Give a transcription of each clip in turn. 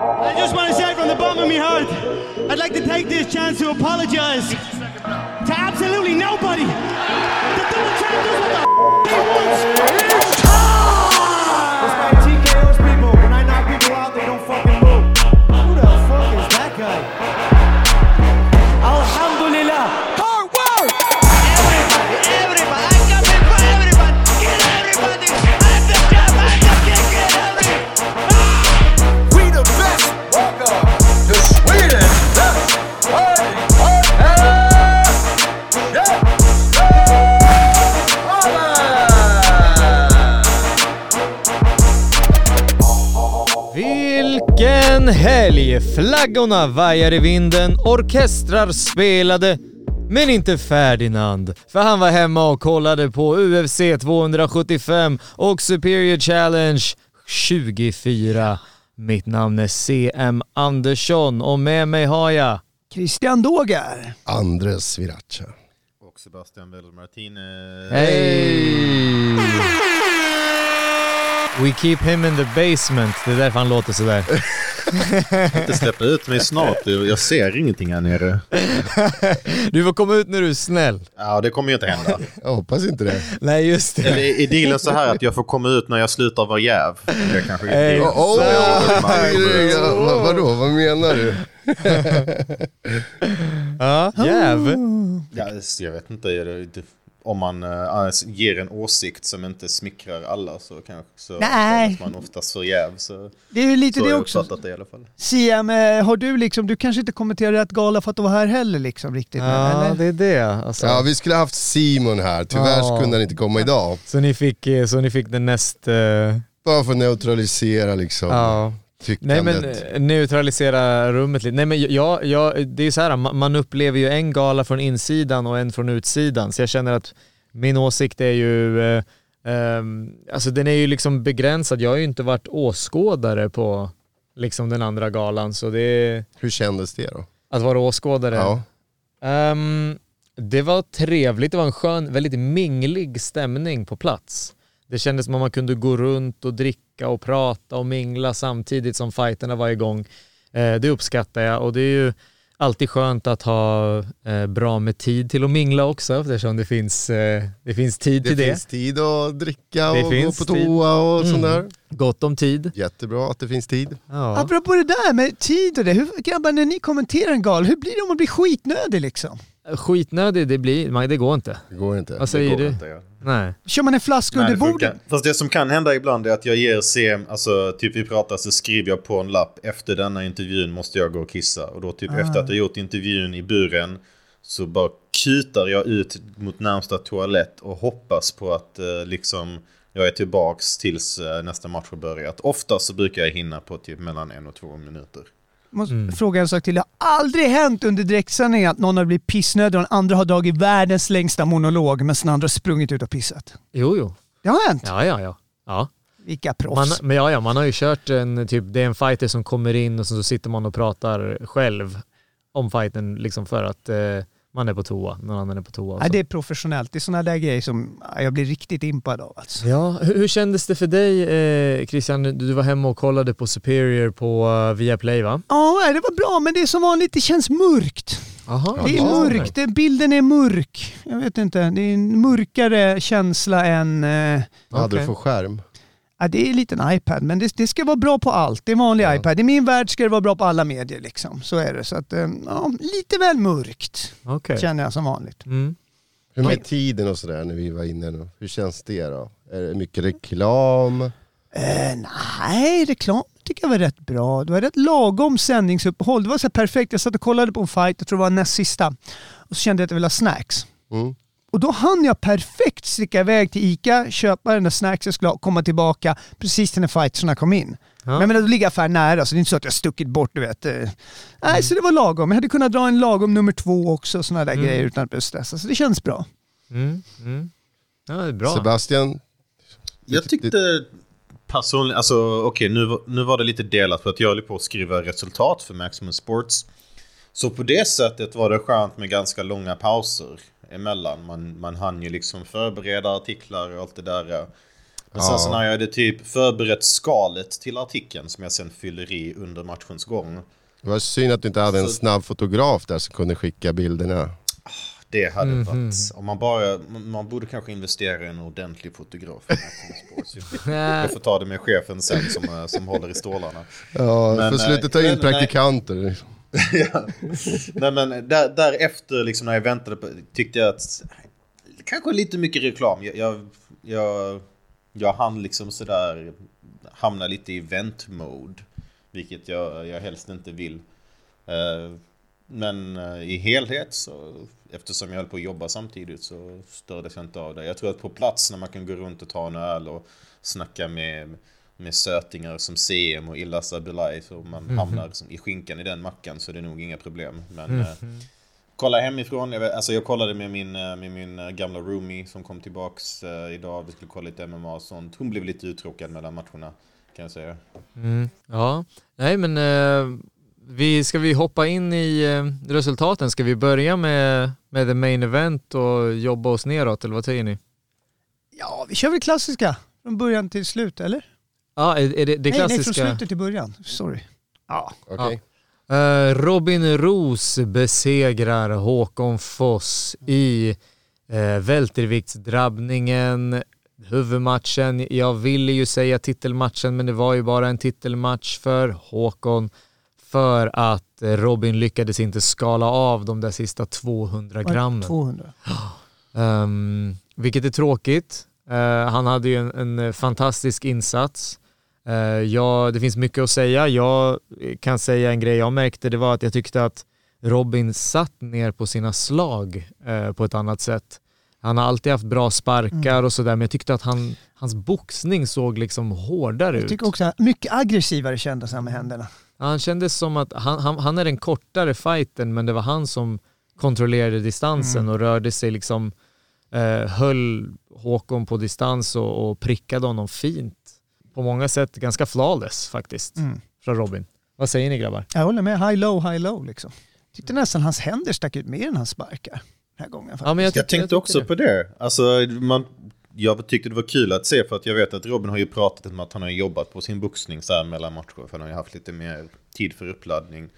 I just want to say from the bottom of my heart, I'd like to take this chance to apologize to absolutely nobody. The double champ does what the he wants. It's time! This man TKO's people. When I knock people out, they don't fucking move. Who the fuck is that guy? Alhamdulillah. Hard work! Everybody, I come in for everybody. Kill everybody. I'm the champ, I'm the king, kill everybody. We the best. Welcome to Sweden. Party. Vilken helg! Flaggorna vajar i vinden, orkestrar spelade, men inte Ferdinand, för han var hemma och kollade på UFC 275 och Superior Challenge 24. Mitt namn är CM Andersson och med mig har jag Christian Dågar. Andres Sriracha. Och Sebastian Vettel Martinez. Hej! We keep him in the basement. Det är därför han låter sådär. Inte släppa ut mig snart. Jag ser ingenting här nere. Du får komma ut när du är snäll. Ja, det kommer ju inte hända. Jag hoppas inte det. Nej, just det. Eller är dealen så här att jag får komma ut när jag slutar vara jäv? Det kanske inte Vadå? Vad menar du? Ja, jäv. Ja, jag vet inte. Om man ger en åsikt som inte smickrar alla så kanske så kallas man oftast för jäv. Så Det är ju lite så det jag också. uppfattat det i alla fall. CM, har du liksom, du kanske inte kommenterar rätt gala för att du var här heller liksom riktigt. Ja, eller? det är det. Alltså. Ja, vi skulle haft Simon här. Tyvärr så kunde han inte komma idag. Så ni fick den näst... Bara för att neutralisera liksom. Ja. Nej, men neutralisera rummet lite. Nej, men det är ju så här, man upplever ju en gala från insidan och en från utsidan. Så jag känner att min åsikt är ju alltså den är ju liksom begränsad. Jag har ju inte varit åskådare på liksom den andra galan, så det... Hur kändes det då? Att vara åskådare? Ja. Det var trevligt, det var en skön, väldigt minglig stämning på plats. Det kändes som att man kunde gå runt och dricka och prata och mingla samtidigt som fighterna var igång. Det uppskattar jag, och det är ju alltid skönt att ha bra med tid till att mingla också, eftersom det finns tid till det. Det finns tid att dricka det och gå på toa och sånt där. Gott om tid. Jättebra att det finns tid. Ja. Apropå det där med tid och det, hur grabbar, när ni kommenterar en gal, hur blir det om man blir skitnödig liksom? Skitnödig, det går inte. Det går inte. Vad säger du? Inte, ja. Nej. Kör man en flaska under bordet? Fast det som kan hända ibland är att jag ger CM, alltså typ vi pratar så skriver jag på en lapp, efter denna intervjun måste jag gå och kissa. Och då typ efter att jag gjort intervjun i buren så bara kutar jag ut mot närmsta toalett och hoppas på att liksom jag är tillbaks tills nästa match har börjat. Oftast så brukar jag hinna på typ mellan 1 och 2 minuter. Måste fråga en sak till. Det har aldrig hänt under direktsändning att någon har blivit pissnödig och den andra har dragit världens längsta monolog men sen andra har sprungit ut och pissat. Jo. Det har hänt. Ja. Vilka proffs. Man har ju kört det är en fighter som kommer in och så sitter man och pratar själv om fighten liksom för att man är på toa, någon annan är på toa. Nej, det är professionellt. Det är såna där grejer som jag blir riktigt impad av. Alltså. Ja, hur kändes det för dig, Christian? Du var hemma och kollade på Superior på Viaplay, va? Ja, det var bra, men det är som vanligt, det känns mörkt. Aha, det är mörkt, bilden är mörk. Jag vet inte, det är en mörkare känsla än... Vad hade du för skärm? Ja, det är en liten iPad, men det ska vara bra på allt. Det är en vanlig iPad. I min värld ska det vara bra på alla medier liksom. Så är det. Så att, lite väl mörkt känner jag som vanligt. Hur med tiden och sådär när vi var inne nu? Hur känns det då? Är det mycket reklam? Nej, reklam tycker jag var rätt bra. Det var rätt lagom sändningsuppehåll. Det var så perfekt. Jag satt och kollade på en fight, jag tror det var näst sista. Och så kände jag att jag ville ha snacks. Och då hann jag perfekt sticka iväg till Ica, köpa den där snacksen, skulle komma tillbaka precis till när fighterna kom in. Ja. Men då ligger affär nära, så det är inte så att jag stuckit bort, du vet. Nej, så det var lagom. Jag hade kunnat dra en lagom nummer 2 också, såna där grejer utan att bli stressad. Så det känns bra. Ja, det är bra. Sebastian? Jag tyckte personligen, alltså okej, nu var det lite delat för att jag höll på att skriva resultat för Maximum Sports. Så på det sättet var det skönt med ganska långa pauser emellan. Man hann ju liksom förbereda artiklar och allt det där. Men sen så när jag hade typ förberett skalet till artikeln som jag sen fyller i under matchens gång. Det var synd att du inte hade en snabb fotograf där som kunde skicka bilderna. Det hade varit... Om man borde kanske investera i en ordentlig fotograf. Jag får ta det med chefen sen som håller i stålarna. Ja, men, för sluta ta in praktikanter. Ja. Nej, men därefter liksom, när jag väntade på, tyckte jag att kanske lite mycket reklam. Jag hann liksom sådär hamna lite i event-mode, vilket jag helst inte vill. Men i helhet så, eftersom jag höll på att jobba samtidigt, så stördes jag inte av det. Jag tror att på plats när man kan gå runt och ta en öl och snacka med sötingar som CM och Illa Sabelaj, så man hamnar liksom i skinkan i den mackan, så det är nog inga problem. Men kolla hemifrån. Jag kollade med min gamla roomie som kom tillbaks idag. Vi skulle kolla lite MMA och sånt. Hon blev lite uttråkad mellan matcherna, kan jag säga. Ja, nej men ska vi hoppa in i resultaten? Ska vi börja med the main event och jobba oss neråt, eller vad säger ni? Ja, vi kör väl klassiska från början till slut, eller? Ja, är det klassiska? Nej, från slutet till början. Sorry. Ja. Okej. Robin Roos besegrar Håkon Foss i välterviktsdrabbningen, huvudmatchen. Jag ville ju säga titelmatchen, men det var ju bara en titelmatch för Håkon, för att Robin lyckades inte skala av de där sista 200 grammen. 200. Vilket är tråkigt. Han hade ju en fantastisk insats. Det finns mycket att säga. Jag kan säga en grej jag märkte, det var att jag tyckte att Robin satt ner på sina slag på ett annat sätt. Han har alltid haft bra sparkar och sådär, men jag tyckte att hans boxning såg liksom hårdare ut. Jag tycker också mycket aggressivare kändes han med händerna. Han kändes som att han är den kortare fighten, men det var han som kontrollerade distansen och rörde sig liksom, höll Håkon på distans och prickade honom fint. På många sätt ganska flawless faktiskt från Robin. Vad säger ni, grabbar? Jag håller med. High low liksom. Tyckte nästan hans händer stack ut mer än hans sparkar den här gången. Ja, men jag tänkte också på det. Alltså, jag tyckte det var kul att se, för att jag vet att Robin har ju pratat om att han har jobbat på sin boxning så här mellan matcher, för han har ju haft lite mer tid för uppladdning.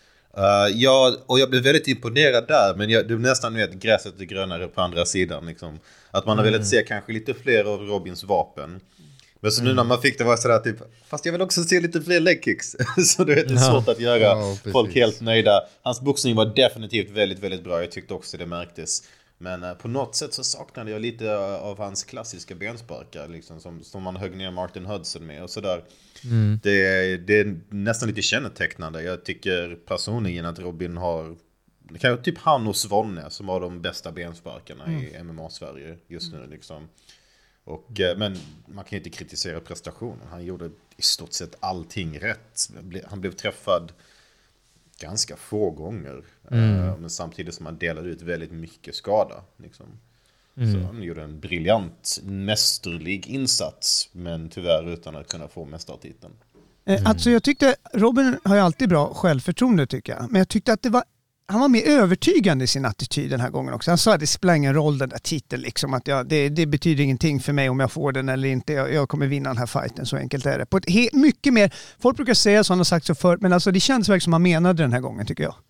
Jag blev väldigt imponerad där, men det nästan gräset är grönare på andra sidan liksom. Att man har velat se kanske lite fler av Robins vapen. Men så nu när man fick det var sådär typ, fast jag vill också se lite fler legkicks. Så det är svårt att göra folk helt nöjda. Hans boxning var definitivt väldigt, väldigt bra. Jag tyckte också det märktes. Men på något sätt så saknade jag lite av hans klassiska bensparkar liksom, som man högg ner Martin Hudson med och sådär. Det är nästan lite kännetecknande. Jag tycker personligen att Robin har typ han och Svonne som har de bästa bensparkarna i MMA-Sverige just nu liksom. Men man kan ju inte kritisera prestationen. Han gjorde i stort sett allting rätt. Han blev träffad ganska få gånger. Men samtidigt som han delade ut väldigt mycket skada. Liksom. Så han gjorde en briljant, mästerlig insats. Men tyvärr utan att kunna få mästartiteln. Alltså jag tyckte, Robin har ju alltid bra självförtroende tycker jag. Men jag tyckte att han var mer övertygande i sin attityd den här gången också. Han sa att det spelar ingen roll den där titeln. Liksom, att det betyder ingenting för mig om jag får den eller inte. Jag kommer vinna den här fighten, så enkelt är det. På ett mycket mer, folk brukar säga så, han har sagt så förr, men alltså det kändes verkligen som han menade den här gången tycker jag.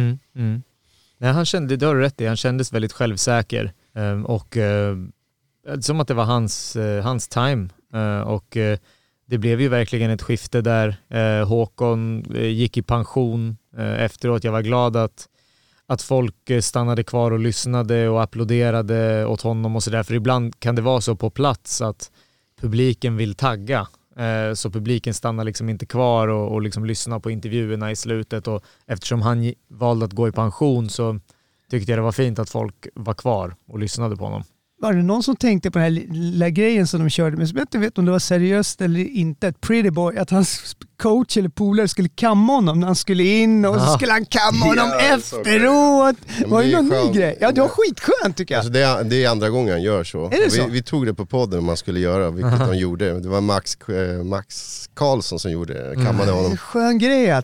Nej, han kände, det har du rätt i, han kändes väldigt självsäker. Och som att det var hans time. Och det blev ju verkligen ett skifte där. Håkon gick i pension efteråt. Jag var glad att folk stannade kvar och lyssnade och applåderade åt honom och sådär. För ibland kan det vara så på plats att publiken vill tagga. Så publiken stannar liksom inte kvar och liksom lyssnar på intervjuerna i slutet. Och eftersom han valde att gå i pension så tyckte jag det var fint att folk var kvar och lyssnade på honom. Var det någon som tänkte på den här lilla grejen som de körde med, som jag inte vet om det var seriöst eller inte, ett pretty boy, att hans coach eller polare skulle kamma honom när han skulle in och så skulle han kamma honom efteråt. Var det någon ny grej? Ja, det var skitskönt tycker jag. Alltså det är andra gången han gör så. Är det så? Vi tog det på podden om man skulle göra, vilket de gjorde. Det var Max Karlsson som gjorde det, kammade honom. Skön grej alltså.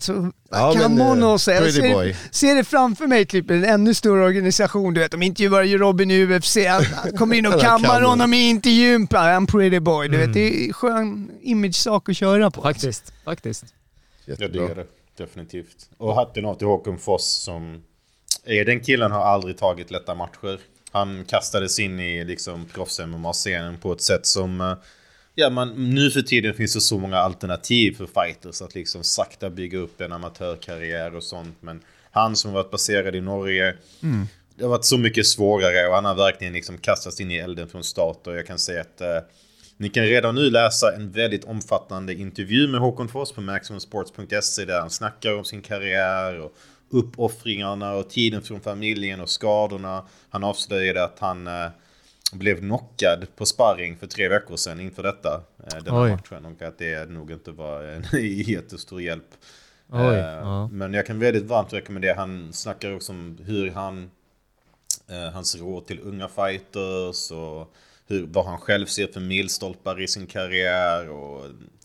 Come on också. Jag Pretty boy. ser det framför mig, typ en ännu större organisation. Du vet, de intervjuar ju Robin i UFC. Han kommer in och kammar honom i intervjun. I'm pretty boy. Du vet, det är skön image-sak att köra på. Faktiskt. Jag diggar det, definitivt. Och hatten av till Håkon Foss som... Den killen har aldrig tagit lätta matcher. Han kastades in i liksom proffs-MMA-scenen på ett sätt som... nu för tiden finns det så många alternativ för fighters att liksom sakta bygga upp en amatörkarriär och sånt. Men han som varit baserad i Norge, det har varit så mycket svårare och han har verkligen liksom kastats in i elden från start. Och jag kan säga att ni kan redan nu läsa en väldigt omfattande intervju med Håkon Foss på maximumsports.se där han snackar om sin karriär och uppoffringarna och tiden från familjen och skadorna. Han avslöjade att han blev knockad på sparring för 3 veckor sedan inför detta, den här matchen, och att det nog inte var en jättestor hjälp. Men jag kan väldigt varmt rekommendera. Han snackar också om hur hans råd till unga fighters och vad han själv ser för milstolpar i sin karriär. Och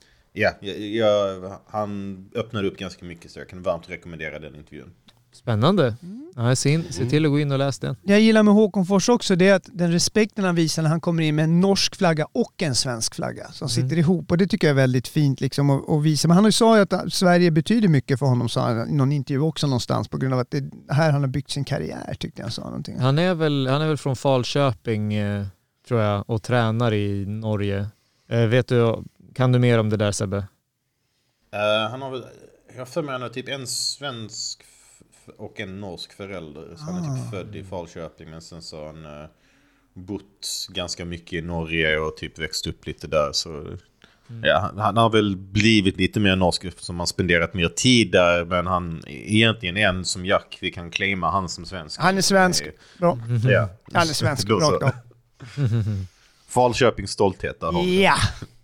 han öppnade upp ganska mycket, så jag kan varmt rekommendera den intervjun. Spännande. Se till att gå in och läsa den. Jag gillar med Håkon Fors också, det är att den respekten han visar när han kommer in med en norsk flagga och en svensk flagga som sitter ihop, och det tycker jag är väldigt fint liksom att visa. Men han har ju sagt att Sverige betyder mycket för honom, sa han i någon intervju också någonstans, på grund av att det här han har byggt sin karriär, tyckte jag sa någonting. Han är väl från Falköping, tror jag, och tränar i Norge. Kan du mer om det där, Sebbe? Han har väl, jag för mig, han har typ en svensk och en norsk förälder. Så han är typ född i Falköping, men sen så har han bott ganska mycket i Norge och typ växt upp lite där. Så han har väl blivit lite mer norsk som han spenderat mer tid där, men han egentligen är en som Jack. Vi kan claima han som svensk. Han är svensk. Bra. Ja. Han är svensk. Rakt av. Falköpings stolthet där. Ja.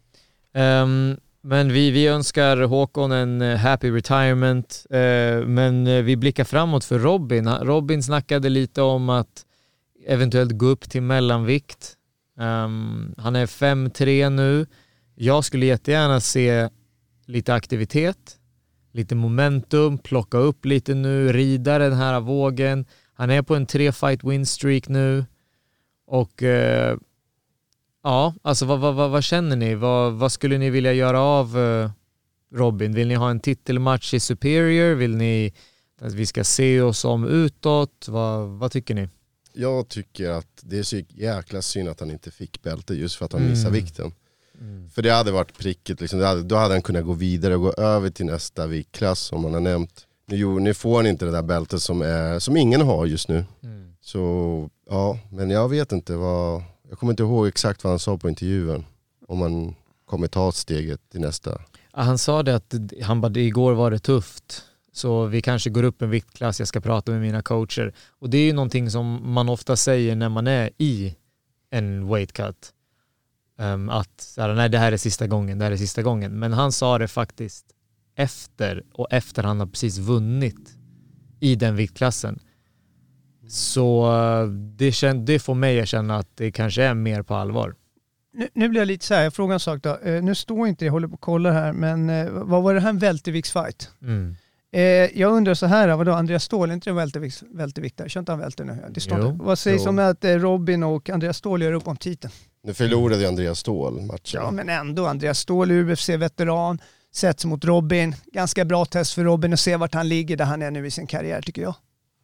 Men vi önskar Håkon en happy retirement, men vi blickar framåt för Robin. Robin snackade lite om att eventuellt gå upp till mellanvikt. Han är 5'3 nu. Jag skulle jättegärna se lite aktivitet, lite momentum, plocka upp lite nu, rida den här vågen. Han är på en 3-fight win streak nu. Och alltså vad känner ni? Vad skulle ni vilja göra av Robin? Vill ni ha en titelmatch i Superior? Vill ni att vi ska se oss om utåt? Vad tycker ni? Jag tycker att det är så jäkla synd att han inte fick bälte, just för att han missar vikten. För det hade varit pricket liksom. Då hade han kunnat gå vidare och gå över till nästa viktklass som man har nämnt. Nu får han inte det där bältet som ingen har just nu. Så men jag vet inte jag kommer inte ihåg exakt vad han sa på intervjun, om man kommer ta steget till nästa. Han sa det att igår var det tufft, så vi kanske går upp en viktklass, jag ska prata med mina coacher. Och det är ju någonting som man ofta säger när man är i en weight cut. Att nej, det här är sista gången. Men han sa det faktiskt efter han har precis vunnit i den viktklassen. Så det får mig att känna att det kanske är mer på allvar. Nu blir jag lite så här, jag frågar en sak då. Nu står inte jag håller på att kolla här, men vad var det här, en välteviktsfight? Jag undrar så här, vadå, Andreas Ståhl, är inte det välteviktare? Kör inte han välter nu? Det står inte. Vad sägs om att Robin och Andreas Ståhl gör upp om titeln? Nu förlorade ju Andreas Ståhl matchen. Ja, men ändå, Andreas Ståhl, UFC-veteran, sätts mot Robin. Ganska bra test för Robin att se vart han ligger där han är nu i sin karriär, tycker jag.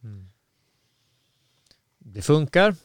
Det funkar.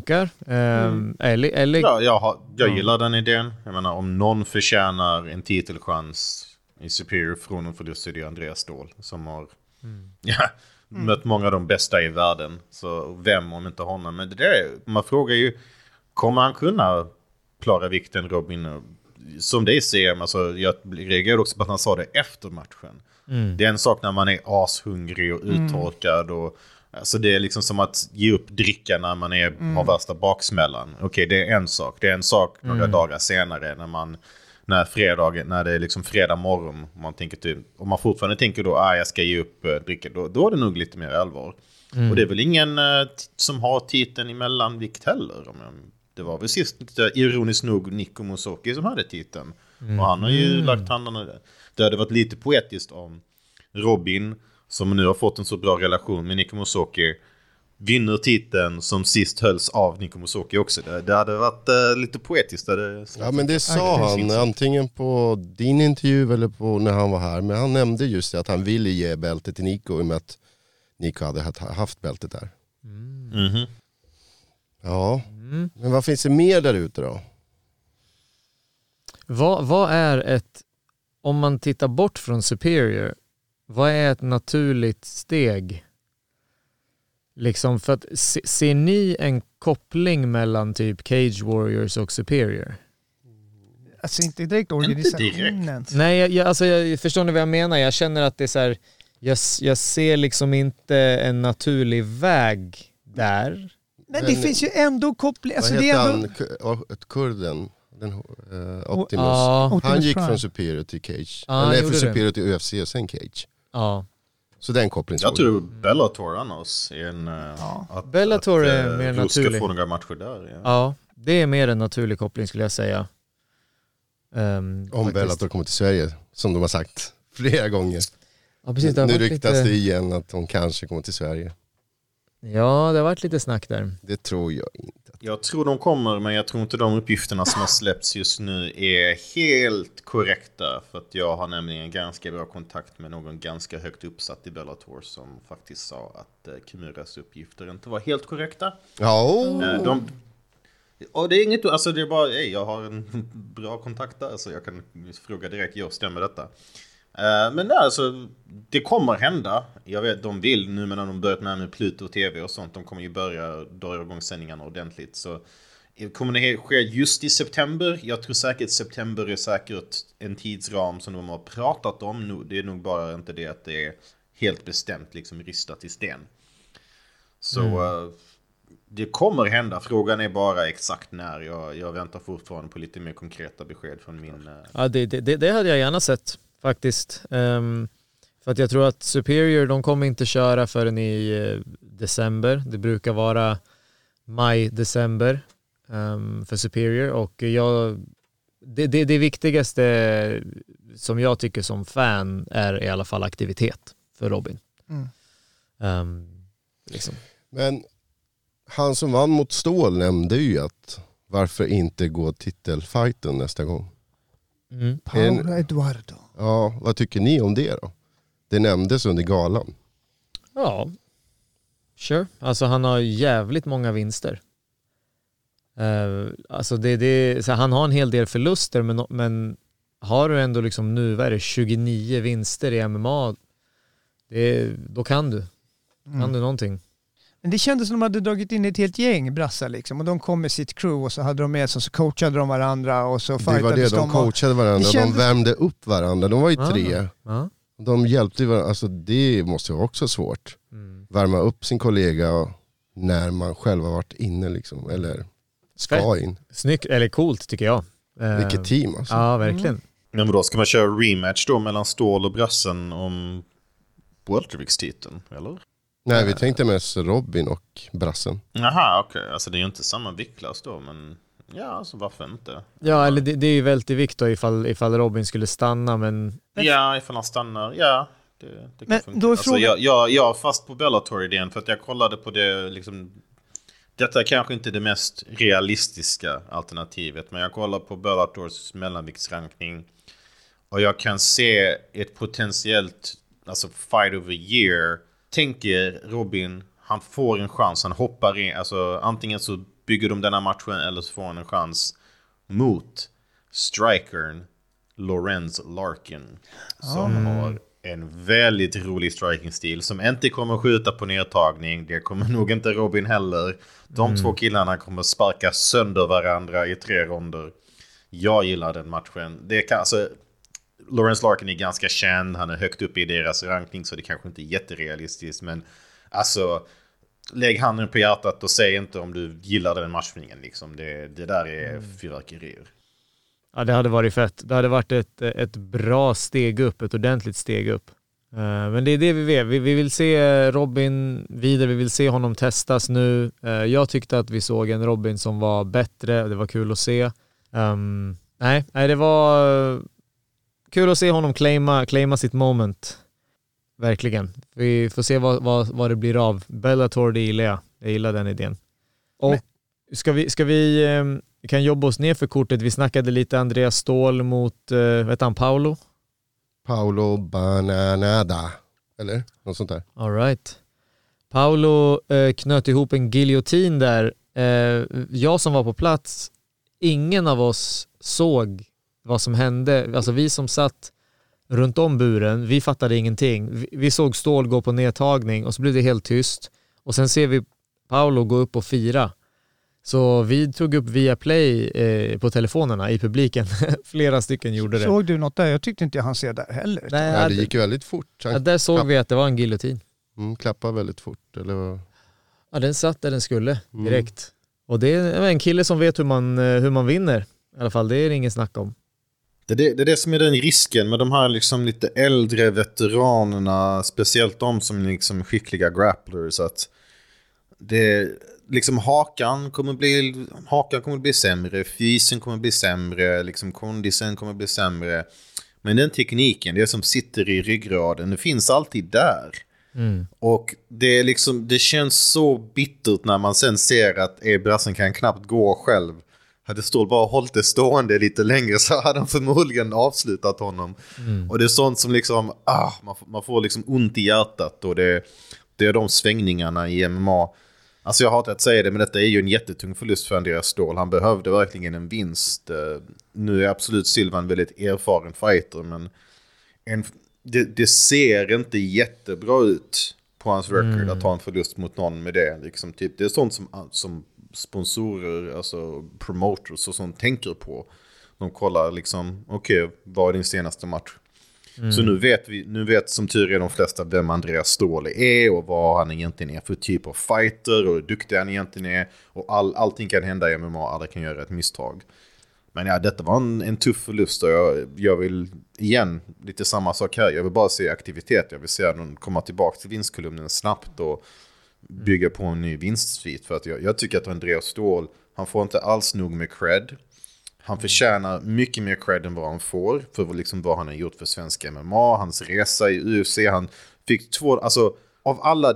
Jag gillar den idén. Jag menar, om någon förtjänar en titelchans i Superior från honom, för det så är det Andreas Ståhl som har mött många av de bästa i världen. Så vem om inte honom? Men man frågar ju, kommer han kunna klara vikten, Robin? Som det ser, alltså, jag reagerade också på att han sa det efter matchen. Det är en sak när man är ashungrig och uttorkad och alltså det är liksom som att ge upp dricka när man har värsta baksmällan. Okej, det är en sak. Det är en sak några dagar senare när det är liksom fredag morgon. Om man fortfarande tänker då, jag ska ge upp dricka. Då är det nog lite mer allvar. Och det är väl ingen som har titeln i mellanvikt heller. Det var väl sist, ironiskt nog, Nico Musoki som hade titeln. Och han har ju lagt handen. Det hade varit lite poetiskt om Robin, som nu har fått en så bra relation med Nico Musoke, vinner titeln som sist hölls av Nico Musoke också. Det hade varit lite poetiskt. Ja, men det sa han antingen på din intervju eller på när han var här. Men han nämnde just det, att han ville ge bältet till Nico i och med att Nico hade haft bältet där. Mm-hmm. Ja, men vad finns det mer där ute då? Vad är ett, om man tittar bort från Superior, vad är ett naturligt steg? Liksom, för att ser ni en koppling mellan typ Cage Warriors och Superior? Alltså inte direkt organisationen. Nej, jag förstår ni vad jag menar. Jag känner att det är så här, jag ser liksom inte en naturlig väg där. Men det finns ju ändå koppling. Alltså vad det heter är ändå... han? Kurden? Optimus. Optimus Han gick Prime. från Superior till Cage. Ja, Eller gjorde från det. Superior till UFC och sen Cage. Ja. Så den kopplingen. Jag tror Bellator annars är en... Bellator är mer naturlig. Ska få några matcher där. Ja. Ja, det är mer en naturlig koppling skulle jag säga. Om Faktiskt. Bellator kommer till Sverige, som de har sagt flera gånger. Ja, precis, det har Nu varit ryktas lite... det igen att de kanske kommer till Sverige. Ja, det har varit lite snack där. Det tror jag inte. Jag tror de kommer, men jag tror inte de uppgifterna som har släppts just nu är helt korrekta. För att jag har nämligen ganska bra kontakt med någon ganska högt uppsatt i Bellator som faktiskt sa att Kimuras uppgifter inte var helt korrekta. Ja. Och det är inget, alltså det är bara, jag har en bra kontakt där så jag kan fråga direkt, stämmer detta? Men nej, alltså, det kommer hända. Jag vet, de vill nu när de börjat med Pluto TV och sånt. De kommer ju börja dra igång sändningarna ordentligt. Så kommer det ske just i september? Jag tror säkert september är säkert en tidsram som de har pratat om. Det är nog bara inte det att det är helt bestämt liksom ristat i sten. Så det kommer hända. Frågan är bara exakt när. Jag väntar fortfarande på lite mer konkreta besked från min... Ja, det hade jag gärna sett faktiskt. För att jag tror att Superior, de kommer inte köra förrän i december. Det brukar vara maj-december för Superior. Och det viktigaste som jag tycker som fan är i alla fall aktivitet för Robin. Liksom. Men han som vann mot Stål nämnde ju att varför inte gå titelfighten nästa gång? Paolo Eduardo. Ja, vad tycker ni om det då? Det nämndes under galan. Ja, sure. Alltså han har jävligt många vinster. Alltså så han har en hel del förluster, men har du ändå liksom nu, vad är det, 29 vinster i MMA, då kan du. Kan du någonting. Men det kändes som de hade dragit in ett helt gäng brassar liksom. Och de kom med sitt crew och så hade de med sig, så coachade de varandra och så Det var det, de coachade varandra, de värmde upp varandra. De var ju 3. De hjälpte varandra, alltså det måste vara också svårt. Värma upp sin kollega när man själv har varit inne liksom, eller ska in. Snyggt, eller coolt tycker jag. Vilket team alltså. Ja, verkligen. Men då ska man köra rematch då mellan Stål och Brassen om Welterviks-titeln, eller? Nej, vi tänkte mest Robin och Brassen. Jaha, okej. Alltså det är ju inte samma viktklass då, men ja, alltså varför inte? Ja, eller det är ju väldigt vikt då ifall Robin skulle stanna, men... Ja, ifall han stannar, ja. Det kan men funka. då är alltså, frågan... jag är fast på Bellator-idén för att jag kollade på det liksom... Detta är kanske inte det mest realistiska alternativet, men jag kollar på Bellators mellanviktsrankning och jag kan se ett potentiellt alltså fight of the year. Tänker Robin, han får en chans, han hoppar in, alltså antingen så bygger de denna matchen eller så får han en chans mot strikern Lorenz Larkin som har en väldigt rolig striking-stil som inte kommer skjuta på nedtagning. Det kommer nog inte Robin heller. De två killarna kommer sparka sönder varandra i 3 ronder. Jag gillar den matchen. Det kan, alltså, Lorenz Larkin är ganska känd. Han är högt uppe i deras rankning så det kanske inte är jätterealistiskt. Men alltså, lägg handen på hjärtat och säg inte om du gillar den matchningen. Liksom. Det där är fyrverkerier. Ja, det hade varit fett. Det hade varit ett bra steg upp, ett ordentligt steg upp. Men det är det vi vill. Vi vill se Robin vidare, vi vill se honom testas nu. Jag tyckte att vi såg en Robin som var bättre, det var kul att se. Nej, det var kul att se honom claima sitt moment. verkligen. Vi får se vad det blir av. Bellator, det gillar jag. Jag gillar den idén. Och ska vi kan jobba oss ner för kortet. Vi snackade lite Andreas Ståhl mot, vet han, Paulo Bananada. Eller? Något sånt där. All right. Paulo knöt ihop en giljotin där. Jag som var på plats, ingen av oss såg vad som hände. Alltså vi som satt runt om buren, vi fattade ingenting. Vi såg Ståhl gå på nedtagning och så blev det helt tyst. Och sen ser vi Paulo gå upp och fira. Så vi tog upp via Play på telefonerna i publiken. Flera stycken gjorde det. Såg du något där? Jag tyckte inte jag hann se där heller. Nej, det gick ju väldigt fort. Där såg vi att det var en giljotin. Klappade väldigt fort. Eller? Ja, den satt där den skulle direkt. Och det är en kille som vet hur man vinner. I alla fall, det är ingen snack om. Det är det som är den risken med de här liksom lite äldre veteranerna, speciellt de som liksom skickliga grapplers, att det liksom hakan kommer bli sämre, fysen kommer bli sämre, liksom kondisen kommer bli sämre. Men den tekniken, det som sitter i ryggraden, det finns alltid där. Och det är liksom, det känns så bittert när man sen ser att brassen kan knappt gå själv. Hade Ståhl bara hållit det stående lite längre så hade han förmodligen avslutat honom. Och det är sånt som liksom man får liksom ont i hjärtat, och det är de svängningarna i MMA. Alltså jag hatar att säga det, men detta är ju en jättetung förlust för Andreas Ståhl. Han behövde verkligen en vinst. Nu är absolut Silva en väldigt erfaren fighter, men det ser inte jättebra ut på hans record att ha en förlust mot någon med det. Liksom, typ, det är sånt som sponsorer, alltså promoters och sånt tänker på. De kollar liksom, okej, vad är din senaste match? Så nu vet som tur är de flesta vem Andreas Ståhl är och vad han egentligen är för typ av fighter och hur duktig han egentligen är. Och allting kan hända i MMA, alla kan göra ett misstag. Men ja, detta var en tuff förlust, och jag vill igen, lite samma sak här. Jag vill bara se aktivitet. Jag vill se att de kommer tillbaka till vinstkolumnen snabbt och bygga på en ny vinstsvit. För att jag tycker att Andreas Ståhl, han får inte alls nog med cred. Han förtjänar mycket mer cred än vad han får för liksom vad han har gjort för svenska MMA. Hans resa i UFC, han fick 2, alltså av alla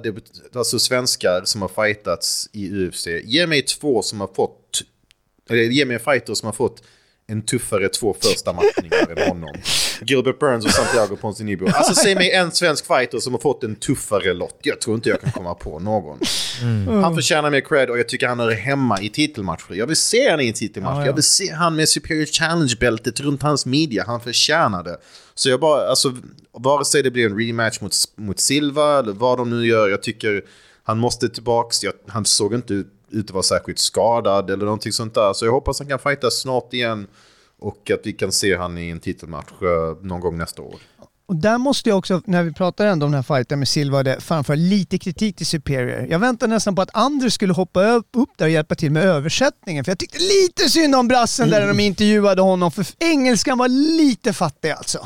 svenskar som har fightats i UFC, ge mig 2 som har fått, eller ge mig en fighter som har fått en tuffare 2 första matchningar än honom. Gilbert Burns och Santiago Ponzinibbio. Alltså säg mig en svensk fighter som har fått en tuffare lott. Jag tror inte jag kan komma på någon. Han förtjänar mer cred, och jag tycker han hör hemma i titelmatcher. Jag vill se han i en titelmatch. Jag vill se han med Superior Challenge-bältet runt hans midja. Han förtjänar det. Så jag bara, alltså, vare sig det blir en rematch mot Silva eller vad de nu gör, jag tycker han måste tillbaks. Han såg inte ut att vara särskilt skadad eller någonting sånt där. Så jag hoppas han kan fighta snart igen, och att vi kan se han i en titelmatch någon gång nästa år. Och där måste jag också, när vi pratar ändå om den här fighten med Silva, framför lite kritik till Superior. Jag väntar nästan på att Anders skulle hoppa upp där och hjälpa till med översättningen. För jag tyckte lite synd om brassen där de intervjuade honom. För engelskan var lite fattig alltså.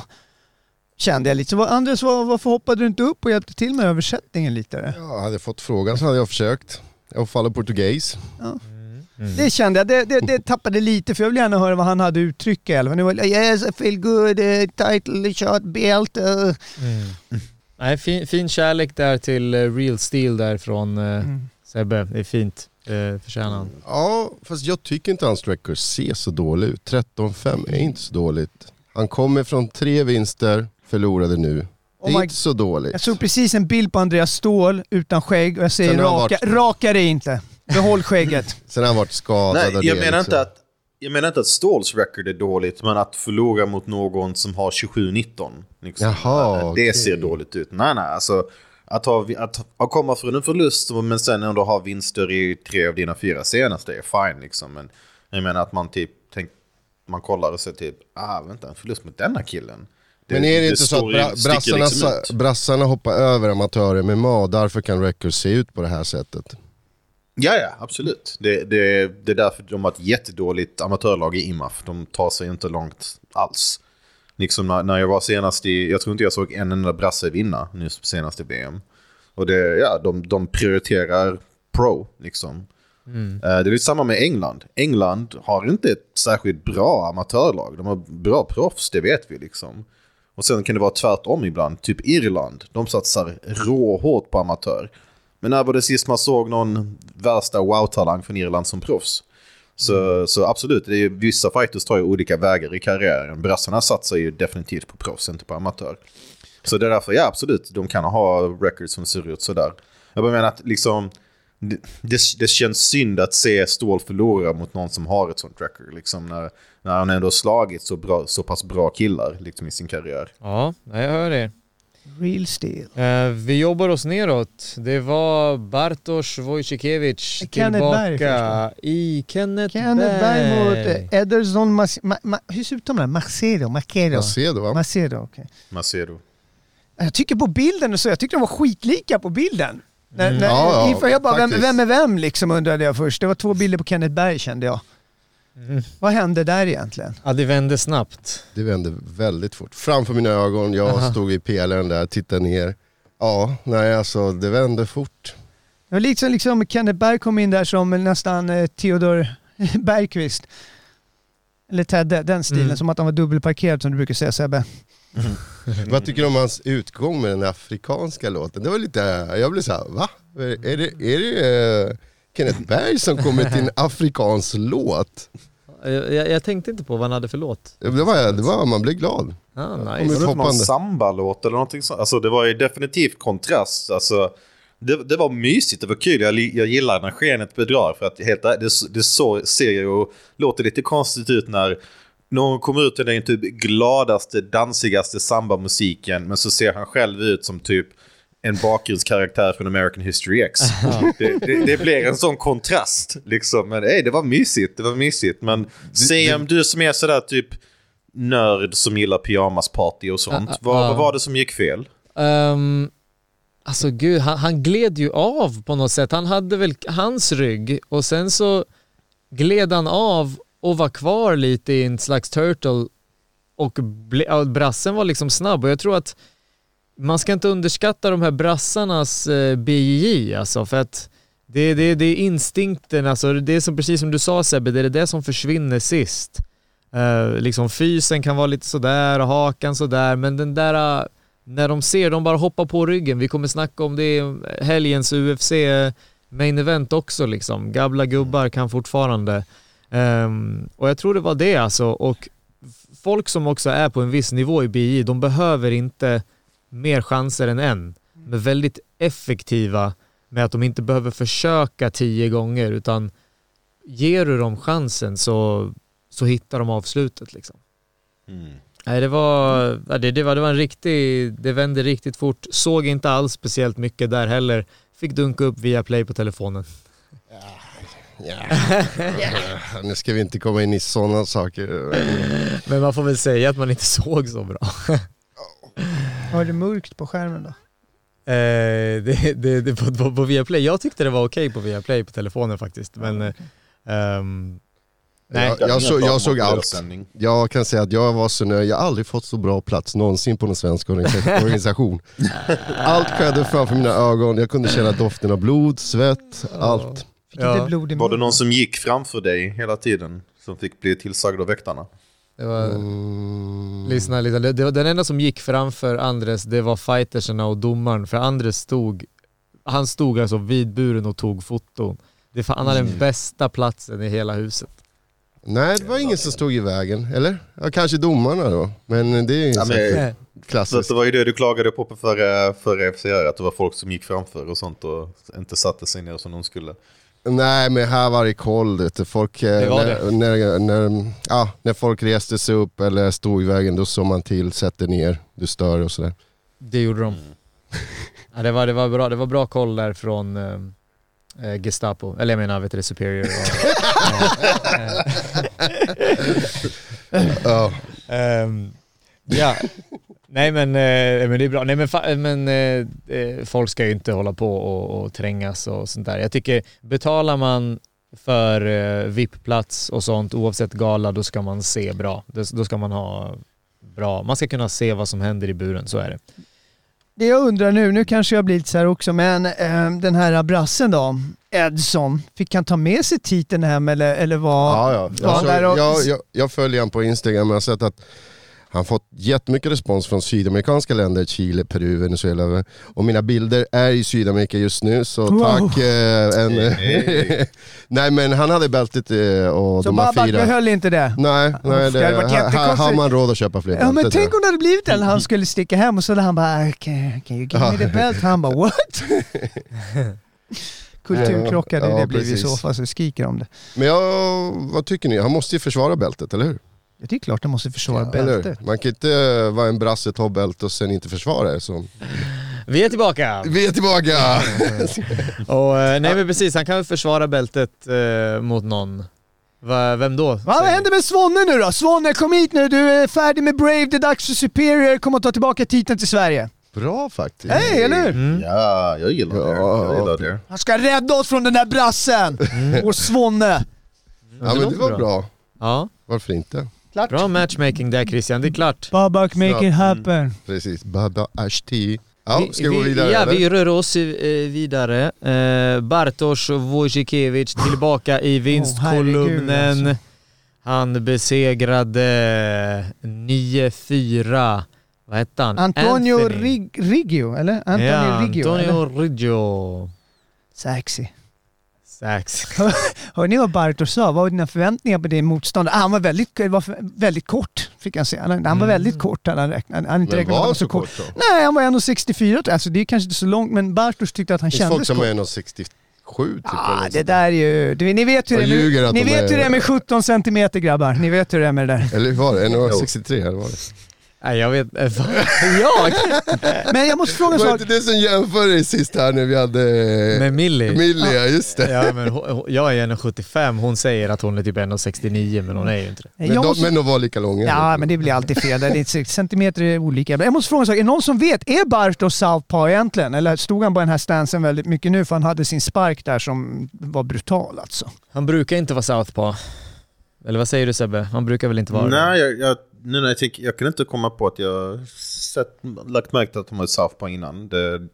Kände jag lite. Så Anders, varför hoppade du inte upp och hjälpte till med översättningen lite? Ja, hade jag fått frågan så hade jag försökt. Jag faller portugis. Ja. Det kände jag, det tappade lite, för jag vill gärna höra vad han hade uttryckt. Eller var yes, I feel good, title shot, belt. Nej, fin kärlek där till Real Steel där från Sebbe. Det är fint, förtjänar han. Ja, fast jag tycker inte hans record ser så dålig ut. 13-5 är inte så dåligt. Han kommer från 3 vinster, förlorade nu. Det är inte så dåligt. Jag såg precis en bild på Andreas Ståhl utan skägg, och jag säger raka det inte. Behåll skägget. Sen har han varit skadad. Nej, jag menar inte att Ståhls record är dåligt, men att förlora mot någon som har 27-19 liksom, det ser dåligt ut. Nej, alltså att komma från en förlust men sen ändå ha vinster i 3 av dina 4 senaste är fine liksom. Men jag menar att man typ man kollar och säger typ, vänta, en förlust mot denna killen. Men är det inte så att brassarna hoppar över amatörer med MMA, därför kan records se ut på det här sättet? Ja, absolut. Det är därför de har ett jättedåligt amatörlag i IMAF. De tar sig inte långt alls. Liksom när jag var senast jag tror inte jag såg en enda brasse vinna nu senast i BM. Och de prioriterar pro liksom. Det är lite samma med England. England har inte ett särskilt bra amatörlag. De har bra proffs, det vet vi liksom. Och sen kan det vara tvärtom ibland. Typ Irland. De satsar råhårt på amatör. Men när var det sist man såg någon värsta wow-talang från Irland som proffs? Så absolut, det är, vissa fighters tar ju olika vägar i karriären. Brassarna satsar ju definitivt på proffs, inte på amatör. Så det är därför, ja absolut, de kan ha records som ser ut sådär. Jag menar att liksom, det känns synd att se Ståhl förlora mot någon som har ett sånt record. Liksom när han ändå har slagit så pass bra killar liksom, i sin karriär. Ja, jag hör det. Real steel. Vi jobbar oss neråt. Det var Bartosz Wojciechowicz tillbaka i Kenneth Berg mot Ederson hur ser ut de där? Macedo, okej. Macedo. Jag tycker på bilden så, jag tyckte de var skitlika på bilden. Jag bara, vem är vem liksom, undrade jag först. Det var 2 bilder på Kenneth Berg, kände jag. Vad hände där egentligen? Ja, det vände snabbt. Det vände väldigt fort. Framför mina ögon, jag stod i pelaren där, tittade ner. Ja, nej alltså det vände fort. Det var liksom Kenneth Berg kom in där som nästan Theodor Bergqvist. Eller Tedde, den stilen, som att han var dubbelparkerad som du brukar säga, Sebbe. Vad tycker du om hans utgång med den afrikanska låten? Det var lite, jag blev så här, va? Är det Kenneth Berg som kommer till en afrikansk låt? Jag tänkte inte på vad han hade för låt. Det var man blev glad. Nice. Det var någon samba-låt eller någonting sånt. Alltså det var ju definitivt kontrast. Alltså det var mysigt, det var kul. Jag gillar när skenet bedrar, för att det ser ju och låter lite konstigt ut när någon kommer ut till den typ gladaste, dansigaste samba-musiken, men så ser han själv ut som typ en bakgrundskaraktär från American History X. Det blir en sån kontrast liksom. Men det var mysigt. Men Sam, du som är sådär typ nörd som gillar pyjamasparty och sånt, vad var det som gick fel? Alltså gud, han gled ju av på något sätt. Han hade väl hans rygg och sen så gled han av och var kvar lite i en slags turtle och brassen var liksom snabb, och jag tror att man ska inte underskatta de här brassarnas BJJ, alltså, för att det är instinkten, alltså det är som, precis som du sa Sebbe, det är det som försvinner sist. Liksom fysen kan vara lite sådär och hakan sådär, men den där när de bara hoppar på ryggen. Vi kommer snacka om det helgens UFC main event också liksom. Gamla gubbar kan fortfarande och jag tror det var det alltså, och folk som också är på en viss nivå i BJJ, de behöver inte mer chanser än en. De är väldigt effektiva med att de inte behöver försöka 10 gånger, utan ger du dem chansen så hittar de avslutet liksom. Nej, det var en riktig, det vände riktigt fort. Såg inte alls speciellt mycket där heller. Fick dunka upp via play på telefonen. Nu ska vi inte komma in i sådana saker. Men man får väl säga att man inte såg så bra. Var det mörkt på skärmen då? Det på Viaplay. Jag tyckte det var okej på Viaplay på telefonen faktiskt. Men nej. Jag såg allt. Jag kan säga att jag var så nöjd. Jag har aldrig fått så bra plats någonsin på en svensk organisation. Allt skedde framför mina ögon. Jag kunde känna doften av blod, svett, allt. Var det någon som gick framför dig hela tiden som fick bli tillsagd av väktarna? Det var, lyssna lite. Den enda som gick framför Andres, det var fighterserna och domaren. För Andres stod alltså vid buren och tog foton. Han hade den bästa platsen i hela huset. Nej, det var ingen som stod i vägen, eller? Ja, kanske domarna då. Men det är ju klassiskt. Det var ju det du klagade på för FCR, att det var folk som gick framför och sånt och inte satte sig ner som de skulle. Nej, men här var det koll. Folk, när folk reste sig upp eller stod i vägen, då såg man till, sätter ner, du stör och sådär. Det gjorde de. Ja, det var bra. Det var bra koll där från Gestapo. Eller jag menar, vet du, Superior. Ja. Nej, men det är bra. Nej, men folk ska ju inte hålla på och trängas och sånt där. Jag tycker, betalar man för VIP-plats och sånt, oavsett gala, då ska man se bra. Då ska man ha bra. Man ska kunna se vad som händer i buren, så är det. Det jag undrar nu kanske jag blir lite så här också, men den här brassen då, Edson, fick han ta med sig titeln hem eller vad? Ja. Jag följer han på Instagram och har sett att har fått jättemycket respons från sydamerikanska länder, Chile, Peru, Venezuela. Och mina bilder är i Sydamerika just nu, så tack. Nej, men han hade bältet och så de har Babak firat. behöll inte det? Nej, här har man råd att köpa fler Ja, men bältet. tänk om det hade blivit en, han skulle sticka hem och så hade han bara can you give me the belt? Han bara what? Kulturkrockade, Ja, det blir i precis. så fall, så skriker om det. Men vad tycker ni? Han måste ju försvara bältet, eller hur? Det är klart han måste försvara Eller bältet. hur? Man kan inte vara en brasse, ta bält och sen inte försvara det. Så. Vi är tillbaka! Vi är tillbaka! Och, nej men precis, han kan väl försvara bältet mot någon. Vem då? Vad händer med Svonne nu då? Svonne, kom hit nu, du är färdig med Brave, det är dags för Superior, kom och ta tillbaka titeln till Sverige. Bra faktiskt. Hej, eller hur? Ja, jag gillar det. Jag gillar det. Han ska rädda oss från den där brassen! Och Svonne. Ja, men det var bra. Ja, Varför inte? bra matchmaking där Christian, det är klart. Babak, make it happen. Precis. Baba Ashti. Ja, ska vi gå vidare? Ja, eller? vi rör oss vidare. Bartosz Wojcikiewicz tillbaka i vinstkolumnen. herregud, alltså. Han besegrade 9-4. Vad hette han? Antonio Anthony. Riggio, eller? Antonio Riggio. Sexy. Sax. Hör ni vad Bartosz sa? Vad var dina förväntningar på det motståndet? Han var väldigt kort, fick jag se. Han var väldigt kort. Han inte Men räknat med att han var så kort. då? Nej, han var 1,64. Alltså det är kanske inte så långt, men Bartosz tyckte att han Det finns folk kändes som kort. är 1,67 typ. Ja, det där är ju... Ni vet hur Jag ljuger det att ni de vet är- hur det är med 17 centimeter, grabbar. Ni vet hur det är med det där. Eller hur var det? 1,63 eller var det? Nej, jag vet. Jag? Men jag måste fråga en Var sak. inte det som jämförde sist här när vi hade... Med Millie. Millie, ja just det. Ja, men jag är 1,75. Hon säger att hon är typ 1,69, men hon är ju inte det. Men, Jag måste- men de var lika långa. Ja, men det blir alltid fel. Det är 6 centimeter är olika. Jag måste fråga en sak. Är någon som vet, är Bartosz southpaw egentligen? Eller stod han på den här stansen väldigt mycket nu för han hade sin spark där som var brutal alltså? Han brukar inte vara southpaw. Eller vad säger du Sebbe? Han brukar väl inte vara det? Nej, nu när jag tänker, jag kan inte komma på att jag lagt märke till att de har southpaw innan.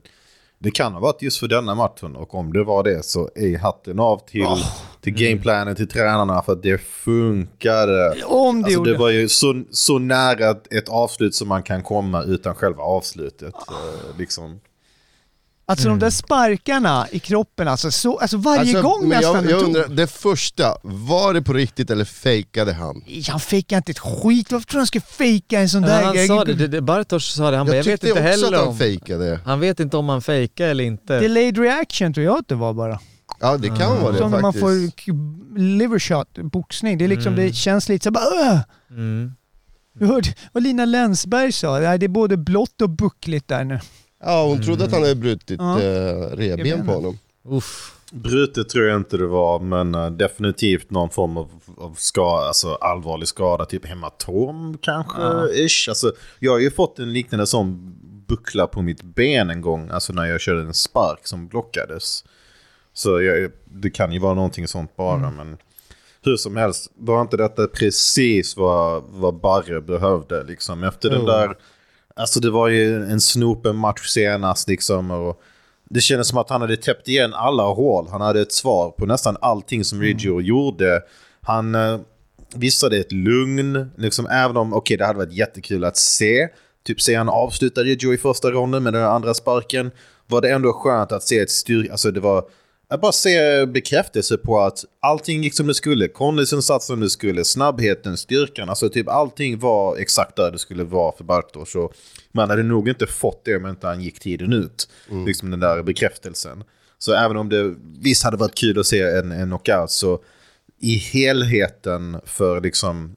Det kan ha varit just för denna matchen, och om det var det så är hatten av till gameplanen, till tränarna, för att det funkade. Om det Alltså, gjorde. det var ju så nära ett avslut som man kan komma utan själva avslutet. Liksom. Alltså de där sparkarna i kroppen, alltså varje gång men nästan. jag undrar, det första, var det på riktigt eller fejkade han? Han fejkade inte ett skit. Varför tror du han ska fejka en sån Men där han grej? sa det, Bartosz sa det. Han bara, jag vet tyckte inte också heller att han om... fejkade. Han vet inte om han fejkar eller inte. Delayed reaction tror jag att det var bara. Ja, det kan vara det Som när man faktiskt. får liver shot, boxning. Det är liksom, det känns lite så bara Mm. Du hörde vad Lina Länsberg sa. Nej, det är både blått och buckligt där nu. Ja, hon trodde att han hade brutit Ja. revben på honom. Uff. Brutet tror jag inte det var, men definitivt någon form av skada, alltså allvarlig skada, typ hematom kanske, ish. Alltså, jag har ju fått en liknande sån buckla på mitt ben en gång, alltså när jag körde en spark som blockades. Så det kan ju vara någonting sånt bara, men hur som helst, var inte detta precis vad Barre behövde liksom. Efter den där, alltså det var ju en snopen match senast liksom, och det kändes som att han hade täppt igen alla hål. Han hade ett svar på nästan allting som Riggio gjorde. Han visade ett lugn, liksom, även om det hade varit jättekul att se. Typ se han avslutade Riggio i första ronden med den andra sparken. Var det ändå skönt att se ett styrka, alltså det var att bara se bekräftelse på att allting gick som det skulle. Kondisen satt som det skulle. Snabbheten, styrkan. Alltså typ allting var exakt där det skulle vara för Bartosz. Och man hade nog inte fått det om inte han gick tiden ut. Liksom den där bekräftelsen. Så även om det visst hade varit kul att se en knockout, så i helheten för liksom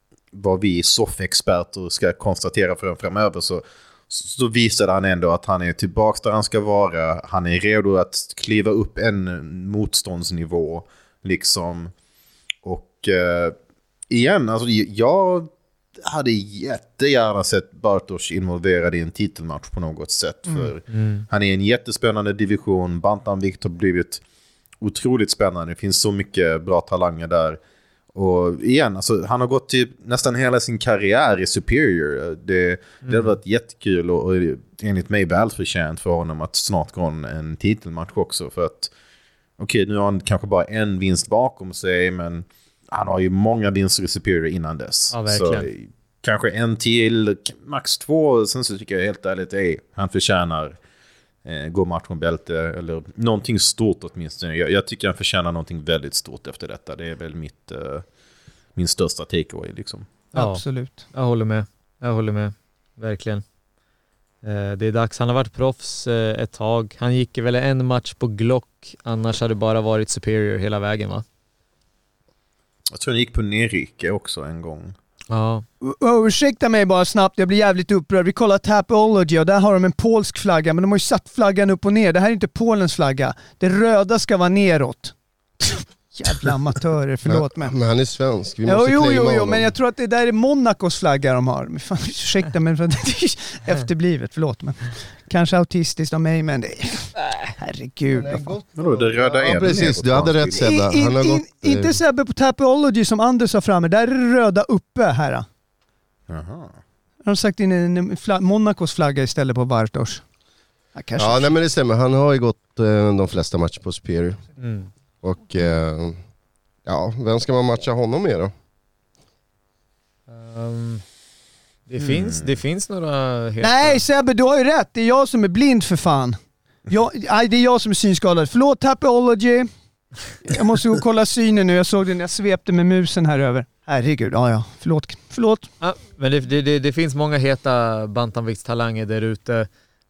vad vi soffexperter ska konstatera för en framöver, så visade han ändå att han är tillbaka där han ska vara. Han är redo att kliva upp en motståndsnivå liksom. Och igen, alltså jag hade jättegärna sett Bartosz involverad i en titelmatch på något sätt. För han är en jättespännande division. Bantamvikt har blivit otroligt spännande. Det finns så mycket bra talanger där. Och igen, alltså, han har gått typ nästan hela sin karriär i Superior. Det har varit jättekul och enligt mig välförtjänt för honom att snart gå en titelmatch också. För att nu har han kanske bara en vinst bakom sig, men han har ju många vinster i Superior innan dess. Ja, verkligen. Så kanske en till, max 2. Sen så tycker jag helt ärligt han förtjänar gå match med bälte eller någonting stort åtminstone. Jag tycker han förtjänar någonting väldigt stort efter detta. Det är väl min största takeaway liksom. Ja, Absolut. Jag håller med. Verkligen. Det är dags. Han har varit proffs ett tag. Han gick väl en match på Glock. Annars hade det bara varit Superior hela vägen, va? Jag tror han gick på Nerike också en gång. Ja. Ursäkta mig bara snabbt, jag blir jävligt upprörd. Vi kollar Tapology och där har de en polsk flagga, men de har ju satt flaggan upp och ner. Det här är inte Polens flagga. Det röda ska vara neråt. Jävla amatörer, förlåt mig. Men han är svensk, vi måste Jo, honom. men jag tror att det där är Monacos flagga de har. Men fan, ursäkta mig för att det är efterblivet, förlåt mig. Kanske autistiskt av mig, men det är... Herregud. Vadå, det röda är precis, du hade rätt Sebbe. Han har gått... Inte Sebbe på Tapology som Anders sa framme, där är det röda uppe här. Jaha. De har sagt in en Monacos flagga istället på Bartosz. Ja, nej, men det stämmer. Han har ju gått de flesta matcher på Superior. Och vem ska man matcha honom med då? Det finns några heta... Nej Sebbe, du har ju rätt. Det är jag som är blind för fan. Det är jag som är synskadad. Förlåt Tapology. Jag måste gå och kolla synen nu. Jag såg det när jag svepte med musen här över. Herregud, ja. Förlåt. Ja, men det finns många heta bantamviktstalanger där ute.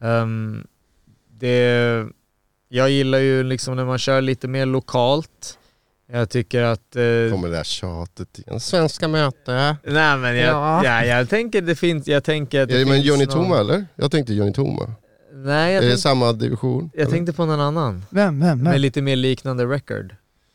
Jag gillar ju liksom när man kör lite mer lokalt. Jag tycker att... Kommer det där tjatet igen. Svenska möte. Nej, men jag tänker det finns... Jag tänker att det men finns Johnny Toma eller? Jag tänkte Johnny Toma. Nej, är det samma division? Jag tänkte på någon annan. Vem? Med lite mer liknande record.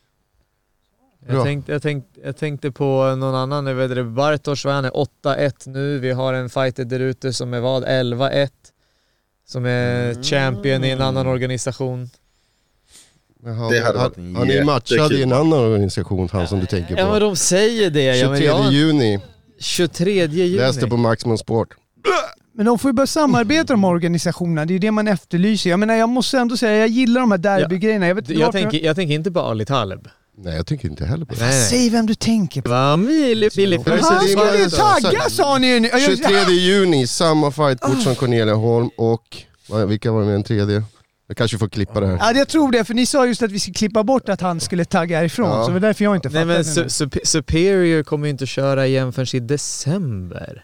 Jag tänkte på någon annan. Jag vet inte, Bartosz, han är 8-1 nu. Vi har en fighter där ute som är 11-1. Som är champion i en annan organisation. Det hade varit han är matchad i en annan organisation, han som du tänker på. Ja, men de säger det. 23 juni. 23 juni. Läste på Maximum Sport. Men de får ju börja samarbeta de organisationerna. Det är ju det man efterlyser. Jag menar, jag måste ändå säga, jag gillar de här derbygrejerna. Jag tänker inte på Ali Taleb. Nej, jag tänker inte heller på det. Nej. Säg vem du tänker på. Han skulle ju tagga, sa ni ju. 23 juni, samma fightkort som Cornelia Holm och... Vilka var det med en tredje? Jag kanske får klippa det här. Ja, jag tror det, för ni sa just att vi skulle klippa bort att han skulle tagga härifrån. Så det var därför jag inte fattade. Nej, men Superior kommer ju inte köra igen förrän i december.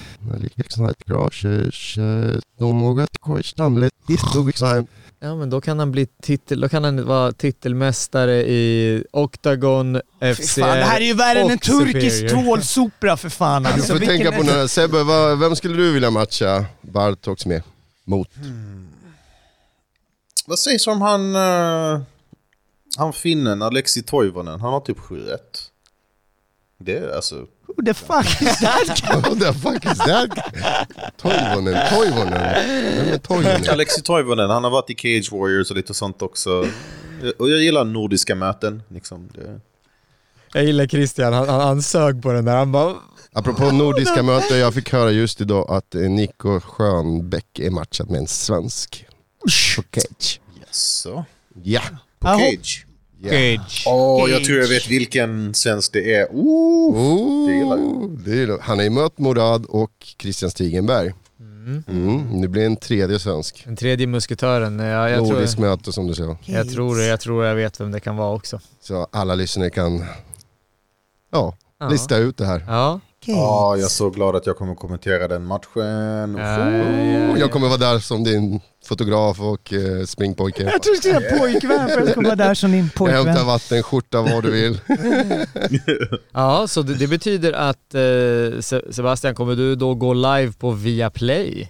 Ja, men då kan han vara titelmästare i Octagon, FCR. Fan, det här är ju värre än en turkisk Superior. tvålsopra för fan. Du Alltså, får tänka på några. Sebbe, vem skulle du vilja matcha Bartosz med? Mot? Vad sägs om han finnen, Alexi Toivonen? Han har typ 7-1. Det är alltså... Who the fuck is that guy? Who the fuck is that? Toivonen. Alexi Toivonen, han har varit i Cage Warriors och lite sånt också. Och jag gillar nordiska möten. Liksom. Jag gillar Christian, han sög på den där. Han bara... Apropå nordiska möten, jag fick höra just idag att Nico Schönbeck är matchat med en svensk. På Cage. Yes. Ja. På Cage. Cage. Jag tror jag vet vilken svensk det är. Det gillar jag. Han har ju mött Morad och Christian Stigenberg. Det blir en tredje svensk. En tredje musketören. Nordisk möte som du säger. Jag tror jag vet vem det kan vara också. Så alla lyssnare kan lista ut det här. Ja. Jag är så glad att jag kommer kommentera den matchen. Jag kommer vara där som din fotograf och springpojke. Jag tror du skulle säga pojkvän för att komma där som din pojkvän. Hämta vatten, skjorta, vad du vill. Ja, så det betyder att Sebastian, kommer du då gå live på Viaplay?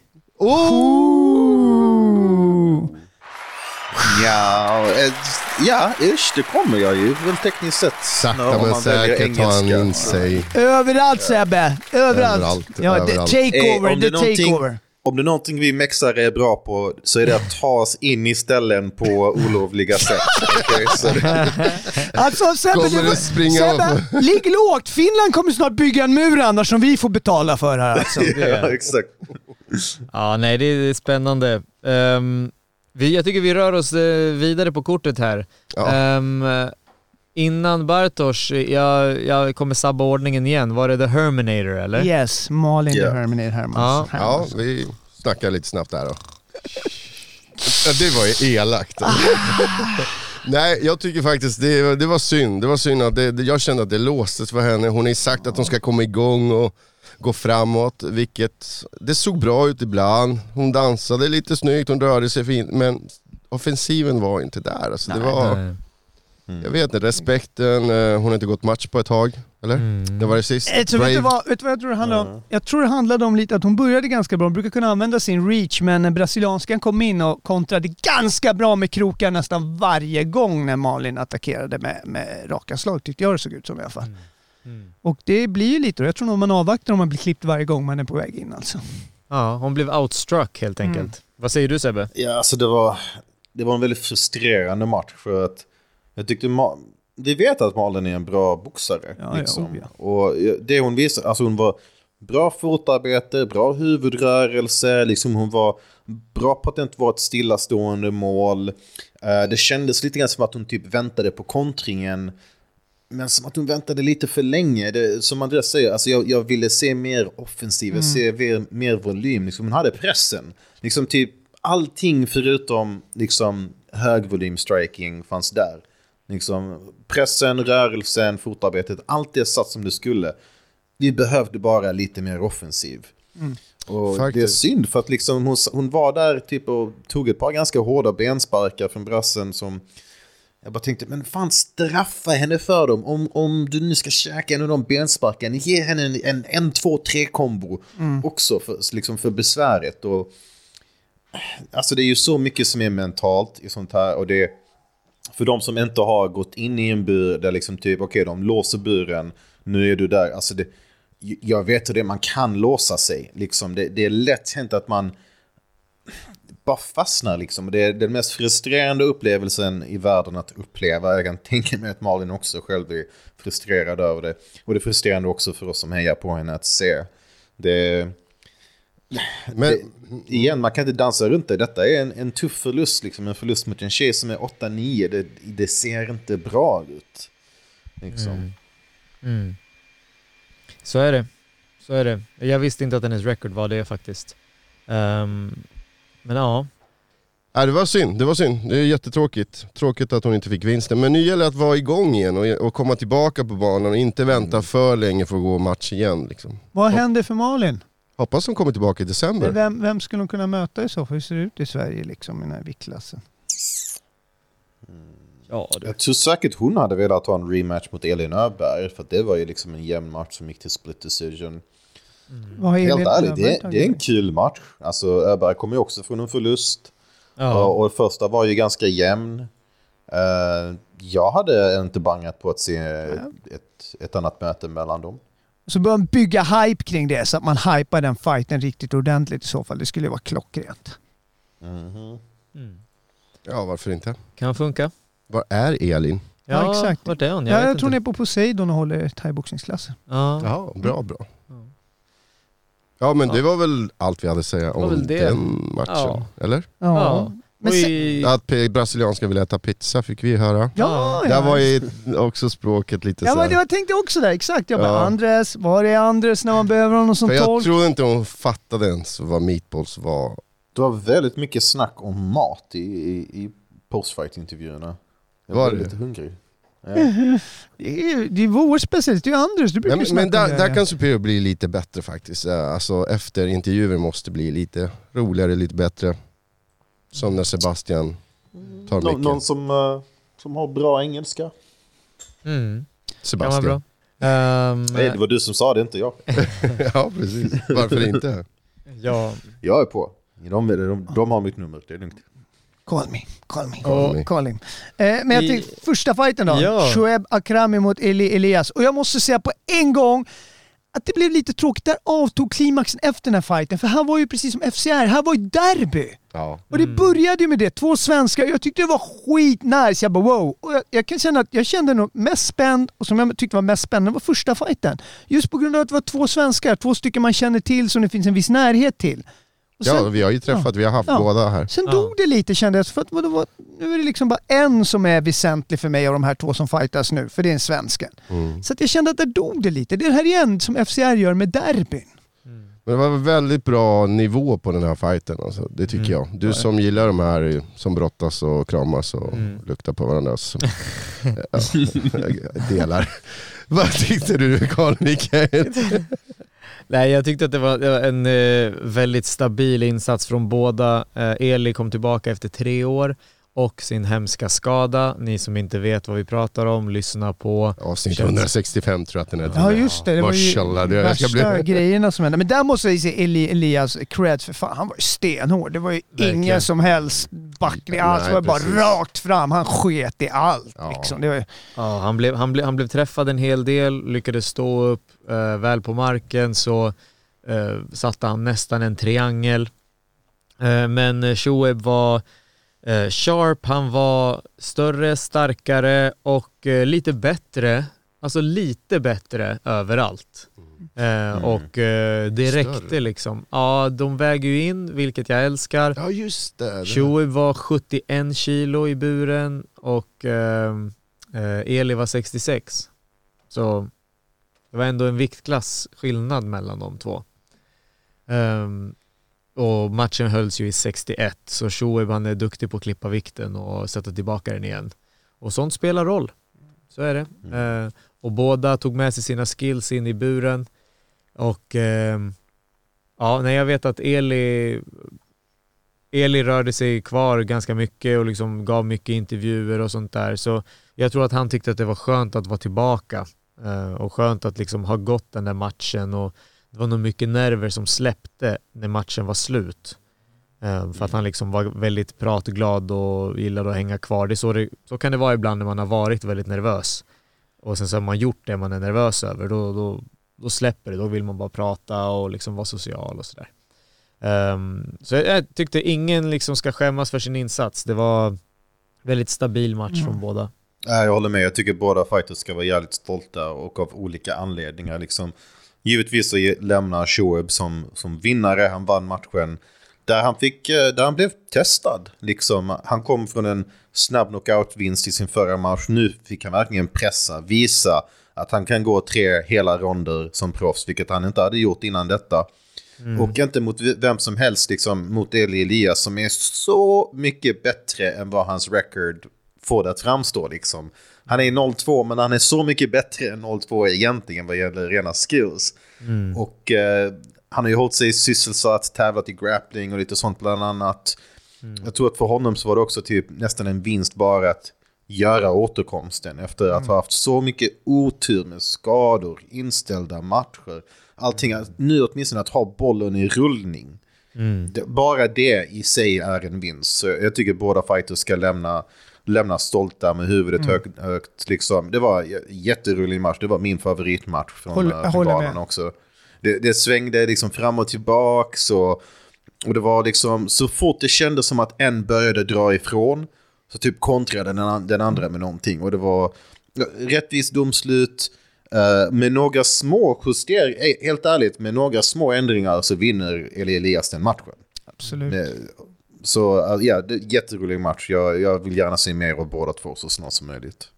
Det kommer jag ju. Väl tekniskt sett. Sakta men säkert tar han in sig. Överallt Sebbe, överallt. Takeover. Om det är någonting vi mexare är bra på så är det att ta oss in i ställen på olovliga sätt. Alltså Sebbe, ligg lågt. Finland kommer snart bygga en mur annars som vi får betala för här. Alltså. Ja, exakt. Ja, nej, det är spännande. Jag tycker vi rör oss vidare på kortet här. Innan Bartosz, jag kommer sabba ordningen igen. Var det The Herminator eller? Yes, Malin the Herminator Hermans. Ja, vi snackar lite snabbt där då. Det var ju elakt. Nej, jag tycker faktiskt det var synd. Det var synd att jag kände att det låstes för henne. Hon har sagt att hon ska komma igång och gå framåt, vilket det såg bra ut ibland. Hon dansade lite snyggt, hon rörde sig fint, men offensiven var inte där. Alltså, det var... Jag vet inte, respekten, hon har inte gått match på ett tag, eller? Det var det sist. Vet du vad jag tror det handlade om? Jag tror det handlade om lite att hon började ganska bra. Hon brukar kunna använda sin reach, men brasilianskan kom in och kontrade ganska bra med krokar nästan varje gång när Malin attackerade med raka slag, tyckte jag det såg ut som i alla fall. Och det blir ju lite, och jag tror nog man avvaktar om man blir klippt varje gång man är på väg in alltså. Ja, hon blev outstruck helt enkelt. Vad säger du, Sebbe? Ja, alltså det var en väldigt frustrerande match för att jag tyckte vi vet att Malin är en bra boxare. Liksom. Och det hon visade, alltså hon var bra fotarbete, bra huvudrörelse, liksom hon var bra på att det inte var ett stillastående mål. Det kändes lite grann som att hon typ väntade på kontringen, men som att hon väntade lite för länge. Som Andreas säger, alltså jag ville se mer offensiv, se mer volym. Liksom hon hade pressen. Liksom typ allting förutom liksom högvolym striking fanns där. Liksom pressen, rörelsen, fotarbetet, allt det satt som det skulle. Vi behövde bara lite mer offensiv. Och faktiskt. Det är synd för att liksom hon var där typ och tog ett par ganska hårda bensparkar från brassen som jag bara tänkte, men fan, straffa henne för dem. Om du nu ska käka en av de bensparkarna, ge henne en 1-2-3 kombo också för besväret. Och alltså det är ju så mycket som är mentalt i sånt här, och det för de som inte har gått in i en bur där liksom typ, okej, de låser buren, nu är du där. Alltså jag vet hur det är, man kan låsa sig. Liksom. Det är lätt hänt att man bara fastnar. Liksom. Det är den mest frustrerande upplevelsen i världen att uppleva. Jag kan tänka mig att Malin också själv är frustrerad över det. Och det är frustrerande också för oss som hejar på henne att se. Igen, man kan inte dansa runt det. Detta är en tuff förlust, liksom. En förlust mot en tjej som är 8-9. Det ser inte bra ut. Liksom. Så är det. Jag visste inte att hennes record var det faktiskt. Men ja. Det var synd. Det är jättetråkigt. Tråkigt att hon inte fick vinsten. Men nu gäller det att vara igång igen och komma tillbaka på banan och inte vänta för länge för att gå match igen. Liksom. Vad händer för Malin? Hoppas hon kommer tillbaka i december. Vem skulle hon kunna möta i så fall? Hur ser det ut i Sverige liksom, i den här viktklassen? Ja, jag tror säkert hon hade velat ha en rematch mot Elin Öberg, för det var ju liksom en jämn match som gick till split decision. Helt ärligt, det är en kul match. Alltså Öberg kommer ju också från en förlust. Och första var ju ganska jämn. Jag hade inte bangat på att se ett annat möte mellan dem. Så börjar man bygga hype kring det, så att man hypar den fighten riktigt ordentligt i så fall. Det skulle vara klockrent. Ja, varför inte? Kan funka. Var är Elin? Ja, exakt. Vart är hon? Jag tror hon är på Poseidon och håller thaiboxningsklasser. Ja, bra. Ja, men det var väl allt vi hade att säga om den matchen, eller? Ja. Att brasilianska vill äta pizza fick vi höra. Där var ju också språket lite så här. Jag tänkte också där, exakt. Jag bara, Andres, var är Andres när man behöver honom som tolk? Jag tror inte hon fattade ens vad meatballs var. Det var väldigt mycket snack om mat i postfight-intervjuerna. Jag var lite hungrig. Ja. Det är vår speciellt, det är Andres. Du brukar men där kan Superior bli lite bättre faktiskt. Alltså efter intervjuer måste bli lite roligare, lite bättre. Som när Sebastian tar mycket. Någon som har bra engelska. Sebastian. Nej, det var du som sa det, inte jag. Ja, precis. Varför inte? Ja. Jag är på. De har mitt nummer, det är lugnt. Call me. Men jag tänkte, första fighten då. Shoaib Akrami mot Eli Elias. Och jag måste säga på en gång att det blev lite tråkigt. Där avtog klimaxen efter den här fighten. För här var ju precis som FCR, här var ju derby. Ja. Och det började ju med det. 2 svenskar. Jag tyckte det var skitnice. Jag bara wow. Och jag kan känna att jag kände nog mest spänd, och som jag tyckte var mest spännande var första fighten. Just på grund av att det var 2 svenskar. 2 stycken man känner till som det finns en viss närhet till. Ja, vi har ju träffat, vi har haft båda här. Sen dog det lite, kände jag. För att nu är det liksom bara en som är väsentlig för mig av de här 2 som fightas nu. För det är en svensken. Så att jag kände att det dog det lite. Det är det här igen som FCR gör med derbyn. Men det var väldigt bra nivå på den här fighten. Alltså. Det tycker jag. Du som gillar de här som brottas och kramas och luktar på varandras delar. Vad tyckte du, Carl Mikael? Nej, jag tyckte att det var en väldigt stabil insats från båda. Eli kom tillbaka efter 3 år och sin hemska skada. Ni som inte vet vad vi pratar om, lyssna på avsnitt 165 tror jag att den är. Ja just det, det var ju värsta grejerna som hände. Men där måste jag se Elias cred för fan, han var ju stenhård. Det var ju ingen som helst backning alls, det var bara rakt fram. Han sket i allt liksom. Det var ju... Ja, han blev träffad en hel del, lyckades stå upp väl på marken, så satte han nästan en triangel. Men Shoaib var sharp, han var större, starkare och lite bättre, alltså lite bättre överallt. Och det räckte liksom. Ja, de väger ju in, vilket jag älskar. Ja, just det. Shoaib var 71 kilo i buren och Eli var 66. Så det var ändå en viktklass skillnad mellan de två. Och matchen hölls ju i 61, så Shoaib, han är duktig på att klippa vikten och sätta tillbaka den igen. Och sånt spelar roll. Så är det. Och båda tog med sig sina skills in i buren. Och jag vet att Eli rörde sig kvar ganska mycket och liksom gav mycket intervjuer och sånt där. Så jag tror att han tyckte att det var skönt att vara tillbaka. Och skönt att liksom ha gått den där matchen, och det var nog mycket nerver som släppte när matchen var slut. För att han liksom var väldigt pratglad och gillade att hänga kvar. Det är så kan det vara ibland när man har varit väldigt nervös. Och sen så har man gjort det man är nervös över. Då släpper det. Då vill man bara prata och liksom vara social och sådär. Så jag tyckte ingen liksom ska skämmas för sin insats. Det var väldigt stabil match från båda. Jag håller med. Jag tycker båda fighters ska vara jävligt stolta och av olika anledningar. Liksom, givetvis så lämnar Shoaib som vinnare. Han vann matchen där han blev testad. Liksom, han kom från en snabb knockout-vinst i sin förra match. Nu fick han verkligen visa att han kan gå 3 hela ronder som proffs, vilket han inte hade gjort innan detta. Och inte mot vem som helst, liksom, mot Eli Elias som är så mycket bättre än vad hans record får det att framstå. Liksom. Han är 0-2, men han är så mycket bättre än 0-2 egentligen vad gäller rena skills. Och han har ju hållit sig sysselsatt, tävlat i grappling och lite sånt bland annat. Jag tror att för honom så var det också typ nästan en vinst bara att göra återkomsten efter att ha haft så mycket otur med skador, inställda matcher, allting. Nu åtminstone att ha bollen i rullning. Bara det i sig är en vinst. Så jag tycker båda fighters ska lämna stolta med huvudet högt liksom. Det var en jätterolig match. Det var min favoritmatch från banan också. Det svängde liksom fram och tillbaka och det var liksom så fort det kändes som att en började dra ifrån så typ kontrade den andra med någonting, och det var rättvist domslut med några små justeringar, helt ärligt, med några små ändringar så vinner Eli Elias den matchen. Absolut. Så ja, det är en jätterolig match. Jag vill gärna se mer av båda två så snart som möjligt.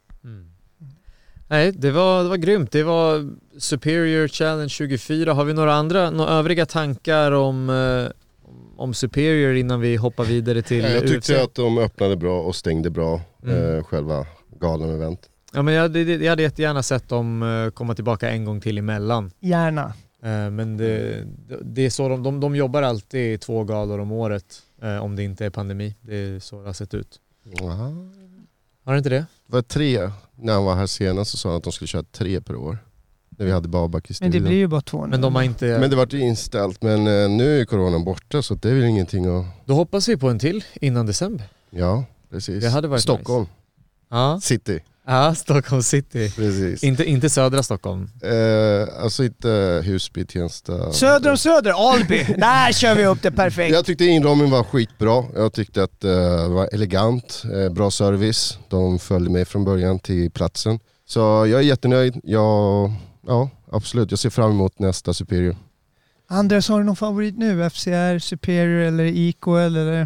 Nej, det var grymt. Det var Superior Challenge 24. Har vi några övriga tankar om Superior innan vi hoppar vidare till jag tyckte UFC? att de öppnade bra och stängde bra själva galan-event. Ja, men jag hade jättegärna sett dem komma tillbaka en gång till emellan. Gärna. Men det är så de jobbar alltid 2 galor om året om det inte är pandemi. Det är så det har sett ut. Aha. Har det inte det? Det var 3. När han var här senast så sa han att de skulle köra 3 per år. När vi hade Babak i studion. Men det blir ju bara 2 nu. Men de har inte... Men det var ju inställt. Men nu är coronan borta så det är väl ingenting att... Då hoppas vi på en till innan december. Ja, precis. Det hade varit Stockholm. Nice. Ja. City. Ja, Stockholm City. Precis. Inte södra Stockholm. Alltså inte Husby, Tensta. Söder, Alby. Där kör vi upp det perfekt. Jag tyckte inramningen var skitbra. Jag tyckte att det var elegant, bra service. De följde med från början till platsen. Så jag är jättenöjd. Ja, absolut. Jag ser fram emot nästa Superior. Andres, har du någon favorit nu? FCR, Superior eller IKL eller?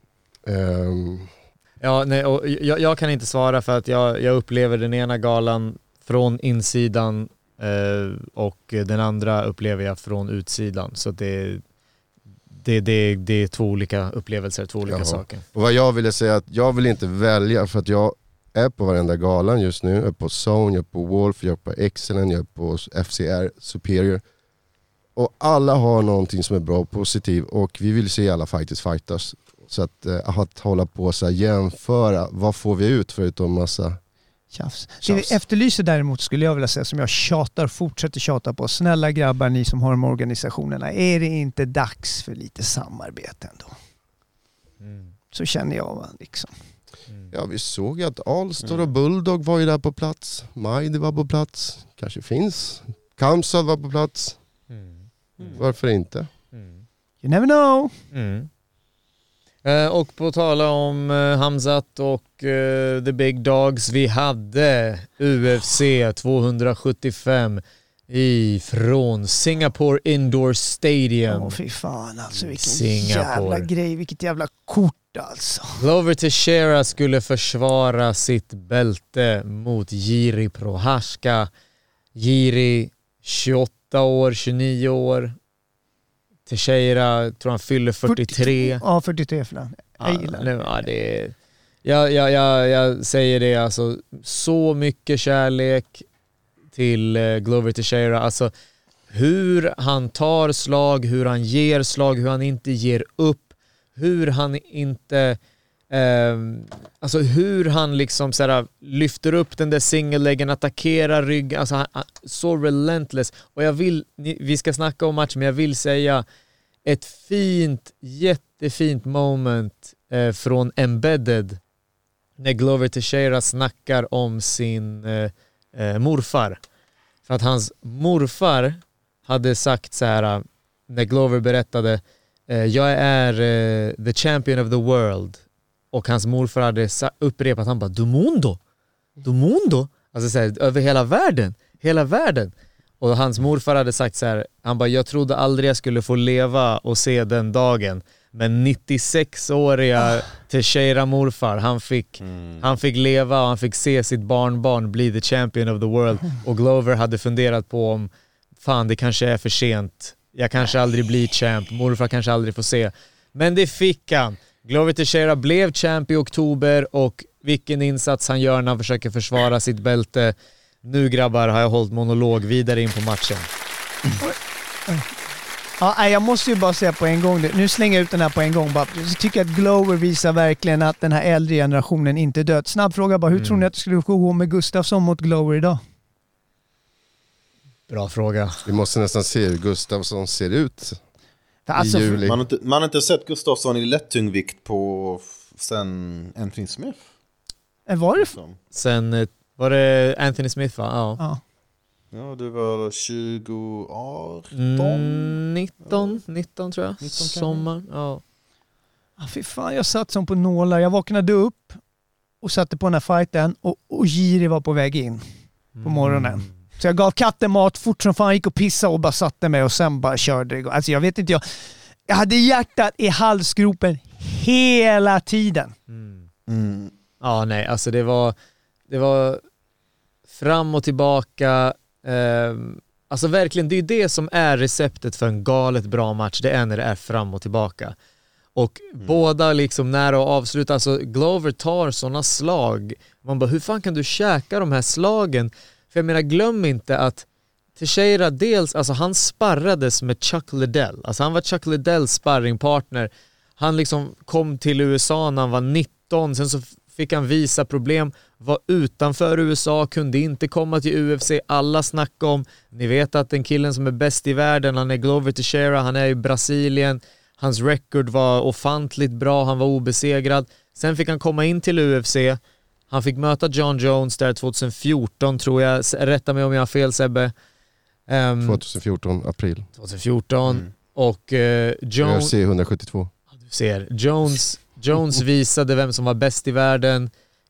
Ja, nej, och jag kan inte svara för att jag upplever den ena galan från insidan och den andra upplever jag från utsidan. Så det är två olika upplevelser, två olika saker. Och vad jag ville säga, att jag vill inte välja, för att jag är på varenda galan just nu. Jag är på Zone, jag är på Wolf, jag är på Excellent, jag är på FCR, Superior. Och alla har någonting som är bra och positiv, och vi vill se alla fightas. Så att hålla på så här, jämföra, vad får vi ut förutom massa tjafs. Det vi efterlyser däremot, skulle jag vilja säga, som jag fortsätter tjata på, snälla grabbar, ni som har de organisationerna, är det inte dags för lite samarbete ändå? Så känner jag liksom. Ja, vi såg att Allstar och Bulldog var ju där på plats. Majdi var på plats. Kanske finns. Kamsad var på plats. Varför inte? You never know. Och på tala om Hamzat och The Big Dogs, vi hade UFC 275 från Singapore Indoor Stadium. Fy fan alltså, vilken jävla grej, vilket jävla kort alltså. Glover Teixeira skulle försvara sitt bälte mot Jiri Prochazka. Jiri 28 år, 29 år. Teixeira, tror han fyller 43. Ja, 43 för den. Jag säger det, alltså, så mycket kärlek till Glover Teixeira. Alltså, hur han tar slag, hur han ger slag, hur han inte ger upp, hur han inte alltså hur han liksom såhär, lyfter upp den där singelläggen, attackerar ryggen, alltså han, så relentless. Och vi ska snacka om matchen, men jag vill säga ett jättefint moment från Embedded när Glover Teixeira snackar om sin morfar. För att hans morfar hade sagt så här när Glover berättade jag är the champion of the world, och hans morfar hade upprepat, han bara du mundo, alltså så här, över hela världen. Och hans morfar hade sagt så här, han bara jag trodde aldrig jag skulle få leva och se den dagen, men 96-åriga Teixeira morfar, han fick leva och han fick se sitt barnbarn bli the champion of the world. Och Glover hade funderat på om fan, det kanske är för sent, jag kanske aldrig blir champ, morfar kanske aldrig får se, men det fick han. Glover Teixeira blev champ i oktober, och vilken insats han gör när han försöker försvara sitt bälte. Nu grabbar har jag hållit monolog, vidare in på matchen. Ja, jag måste ju bara säga på en gång, nu slänger jag ut den här på en gång bara. Jag tycker att Glover visar verkligen att den här äldre generationen inte är död. Snabb fråga bara, hur tror ni att det skulle gå med Gustafsson mot Glover idag? Bra fråga. Vi måste nästan se hur Gustafsson ser ut alltså, i juli. Man har inte sett Gustafsson i lättungvikt på sen Anthony Smith. Var det? Sen var det Anthony Smith, va? Ja. Ja, det var 2018. 19 tror jag. Sommar. Ja. Fy fan, jag satt som på nålar. Jag vaknade upp och satte på den här fighten, och Jiri var på väg in på morgonen. Så jag gav katten mat fort som fan, gick och pissade och bara satte mig och sen bara körde det. Alltså jag vet inte, jag hade hjärtat i halsgropen hela tiden. Ja, nej, alltså det var fram och tillbaka. Alltså verkligen, det är det som är receptet för en galet bra match. Det är när det är fram och tillbaka. Och båda liksom nära att avsluta. Alltså Glover tar sådana slag. Man bara, hur fan kan du käka de här slagen? För jag menar, glöm inte att Teixeira dels, alltså han sparrades med Chuck Liddell. Alltså han var Chuck Liddells sparringpartner. Han liksom kom till USA när han var 19. Sen så fick han visa problem, var utanför USA, kunde inte komma till UFC. Alla snackade om, ni vet att den killen som är bäst i världen, han är Glover Teixeira, han är i Brasilien. Hans record var ofantligt bra, han var obesegrad. Sen fick han komma in till UFC. Han fick möta John Jones där 2014, tror jag. Rätta mig om jag har fel, Sebbe. 2014, april. 2014. Och Jones... UFC 172. Du ser, Jones visade vem som var bäst i världen.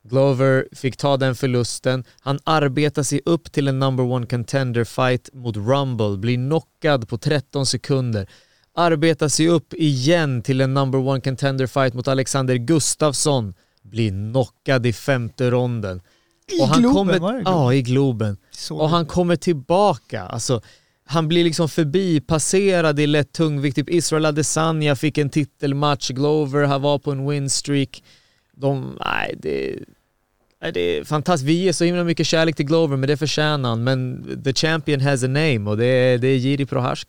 Glover fick ta den förlusten. Han arbetar sig upp till en number one contender fight mot Rumble, blir knockad på 13 sekunder. Arbetar sig upp igen till en number one contender fight mot Alexander Gustafsson, blir knockad i 5:e ronden. I Globen. Och han kommer tillbaka. Alltså, han blir liksom förbipasserad i lätt tungvikt. Typ Israel Adesanya fick en titelmatch. Glover han var på en winstreak. Det är fantastiskt. Vi ger så himla mycket kärlek till Glover, men det förtjänar han. Men the champion has a name, och det är Jiri Prochazka.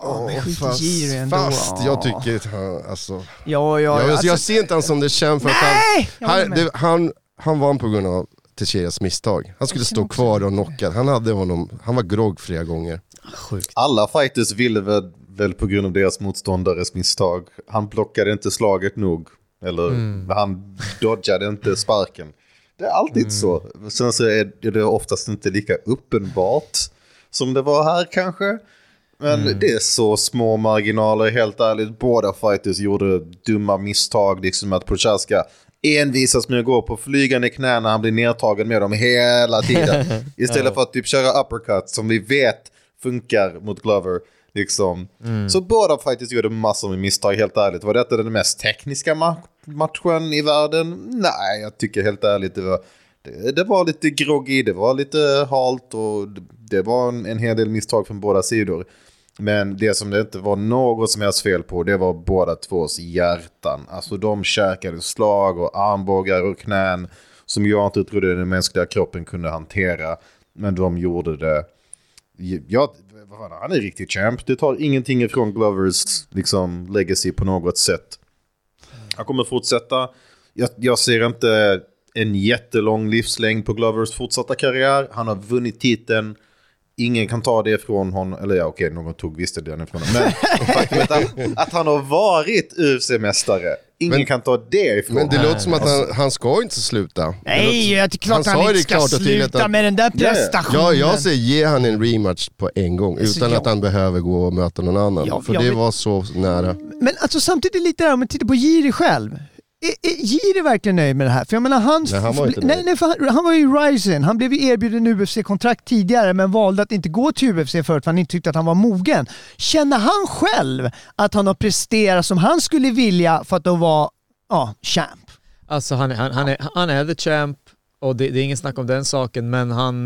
Fast jag tycker att han, alltså... Jag ser inte han som det känd för att han vann på grund av Teixeiras misstag. Han skulle stå kvar och knocka. Han var grogg flera gånger. Sjukt. Alla fighters ville väl på grund av deras motståndares misstag. Han blockade inte slaget nog. Eller han dodgade inte sparken. Det är alltid så. Sen så är det oftast inte lika uppenbart som det var här kanske. Men det är så små marginaler, helt ärligt. Båda fighters gjorde dumma misstag. Liksom att Prochazka envisas med att gå på flygande knäna. Han blir nedtagen med dem hela tiden. Istället för att typ köra uppercut som vi vet funkar mot Glover. Liksom. Så båda fighters gjorde massor med misstag, helt ärligt. Var detta den mest tekniska matchen i världen? Nej, jag tycker helt ärligt det var lite groggy, det var lite halt och det var en hel del misstag från båda sidor. Men det som det inte var något som helst fel på, det var båda tvås hjärtan. Alltså de käkade slag och armbågar och knän som jag inte trodde den mänskliga kroppen kunde hantera. Men de gjorde det. Han är riktigt champ. Det tar ingenting ifrån Glovers liksom legacy på något sätt. Han kommer fortsätta. Jag ser inte en jättelång livslängd på Glovers fortsatta karriär. Han har vunnit titeln. Ingen kan ta det från honom. Eller någon tog visst det ifrån honom. Men faktumet att han har varit UFC-mästare. Ingen kan ta det ifrån honom. Men det låter som att han ska inte sluta. Nej, det är klart han inte ska sluta med den där prestationen. Jag säger ge han en rematch på en gång. Utan att han behöver gå och möta någon annan. För det var så nära. Men alltså samtidigt lite där, om man tittar på Jiri själv. Är Jiri verkligen nöjd med det här? För jag menar, han var ju Ryzen. Han blev erbjuden UFC-kontrakt tidigare men valde att inte gå till UFC förut för han inte tyckte att han var mogen. Känner han själv att han har presterat som han skulle vilja för att då vara champ? Alltså han är the champ och det är ingen snack om den saken, men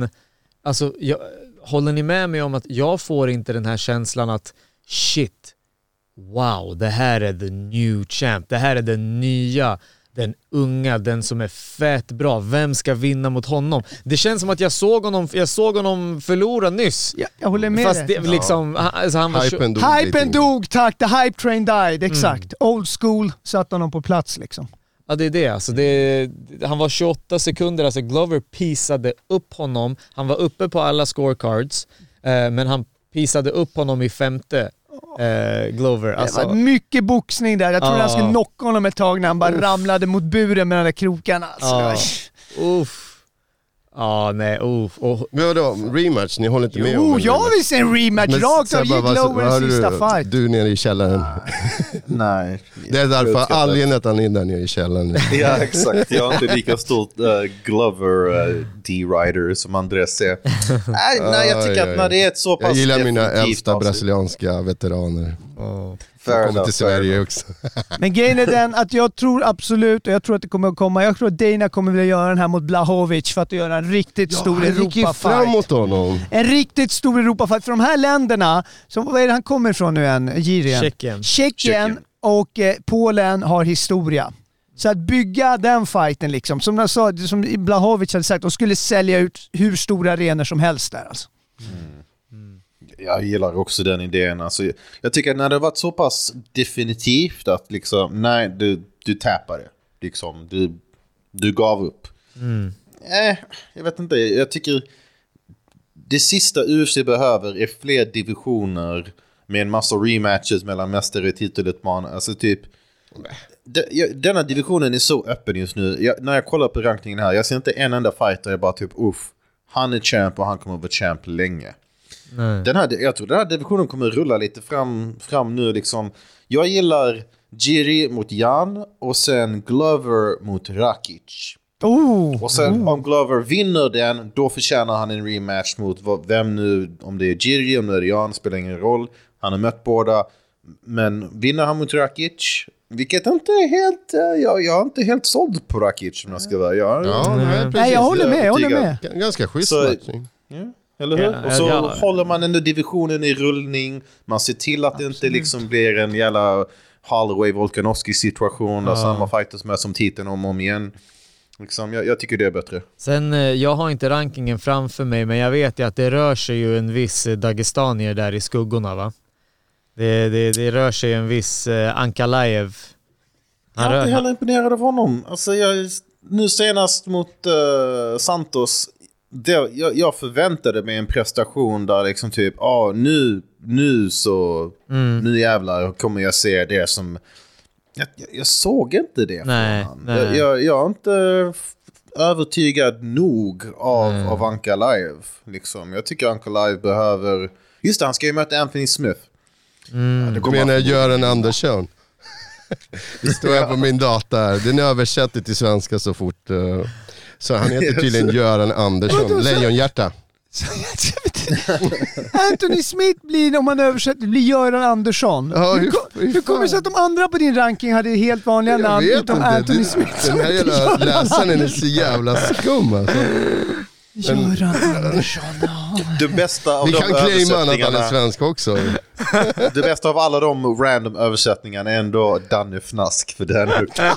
håller ni med mig om att jag får inte den här känslan att shit, wow, det här är the new champ. Det här är den nya, den unga, den som är fett bra. Vem ska vinna mot honom? Det känns som att jag såg honom förlora nyss. Ja, jag håller med. Fast det, liksom, alltså han var Hypen dog, tack. The hype train died, exakt. Old school satt honom på plats liksom. Ja, det är det. Alltså han var 28 sekunder, alltså Glover pisade upp honom. Han var uppe på alla scorecards, men han pisade upp honom i 5:e. Glover. Alltså. Det var mycket boxning där. Jag tror han skulle knocka honom ett tag när han bara ramlade mot buren med de där krokarna. Men vadå, rematch? Ni håller inte med om jag vill se en rematch rakt av Glovers sista fight. Du nere i källaren. Nej. Det är därför alienet han är där nere i källaren. Ja, exakt. Jag är inte lika stort Glover D-rider som Andres är. Nej, jag tycker att när det är ett så pass... Jag gillar mina äldsta brasilianska veteraner. Jag kommer till Sverige också. Men grejen är den att jag tror absolut, och jag tror att det kommer att komma, jag tror att Dana kommer vilja göra den här mot Blachowicz för att göra en riktigt stor Europa-fight. En riktigt stor Europa-fight. För de här länderna, vad är det han kommer ifrån nu än? Tjeckien och Polen har historia. Så att bygga den fighten liksom, som jag sa, som Blachowicz hade sagt, de skulle sälja ut hur stora arenor som helst där alltså. Jag gillar också den idén. Alltså, jag tycker att när det har varit så pass definitivt att liksom, nej, du tappade. Liksom, du gav upp. Jag vet inte. Jag tycker det sista UFC behöver är fler divisioner med en massa rematches mellan mästare och titelutmanare. Alltså typ denna divisionen är så öppen just nu. När jag kollar på rankingen här, jag ser inte en enda fighter. Jag bara typ, han är champ och han kommer att vara champ länge. Jag tror den här divisionen kommer rulla lite fram nu liksom. Jag gillar Jiri mot Jan och sen Glover mot Rakic. Och sen om Glover vinner den, då förtjänar han en rematch mot vem nu, om det är Jiri, om det är Jan, spelar ingen roll. Han har mött båda. Men vinner han mot Rakic, vilket inte är helt, jag är inte helt såld på Rakic om jag ska vara. Nej, jag håller med. Ganska schysst matchning. Eller hur? Och så håller man ändå divisionen i rullning. Man ser till att det inte liksom blir en jävla Holloway-Volkanovski-situation där samma fighters med som titeln om igen. Liksom, jag tycker det är bättre. Sen, jag har inte rankingen framför mig, men jag vet ju att det rör sig ju en viss dagestanier där i skuggorna, va? Det rör sig en viss Ankalaev. Jag är inte heller imponerad av honom. Alltså nu senast mot Santos, jag förväntade mig en prestation där liksom typ, nu jävlar kommer jag se det som jag såg inte det. Nej. Jag är inte övertygad nog av Ankalaev liksom. Jag tycker Ankalaev behöver, just det, han ska ju möta Anthony Smith. Du menar Göran Andersson? Det står här på min data här. Den är översatt till svenska så fort. Så han heter tydligen Göran Andersson. Lejonhjärta. Anthony Smith blir, om man översätter, blir Göran Andersson. Hur kommer det sig att de andra på din ranking hade helt vanliga namn utom Anthony Smith? Den här jävla läsaren är så jävla skum alltså. Göran Andersson. Det bästa av vi de kan claima att han är svensk också. Det bästa av alla de random översättningarna är ändå Danne Fnask, för den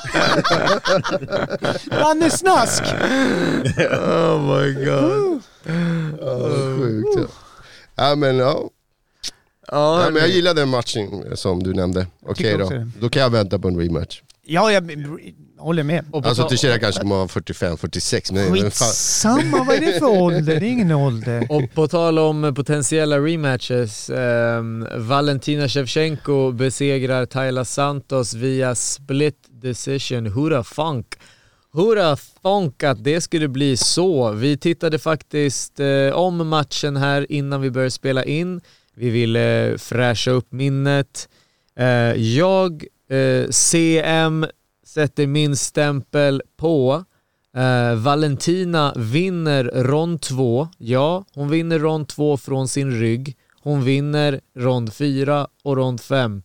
Danne Snask. Oh my god. Sjukt. Ja men men jag gillar den matchen som du nämnde. Okej då. Då kan jag vänta på en rematch. Ja, jag håller med. Alltså Teixeira kanske kommer vara 45-46. Men samma, vad är det för ålder? Det är ingen ålder. Och på tal om potentiella rematches, Valentina Shevchenko besegrar Tayla Santos via split decision. Who'da thunk att det skulle bli så. Vi tittade faktiskt om matchen här innan vi började spela in. Vi ville fräscha upp minnet. Jag CM sätter min stämpel på. Valentina vinner rond 2. Ja, hon vinner rond 2 från sin rygg. Hon vinner rond 4 och rond 5.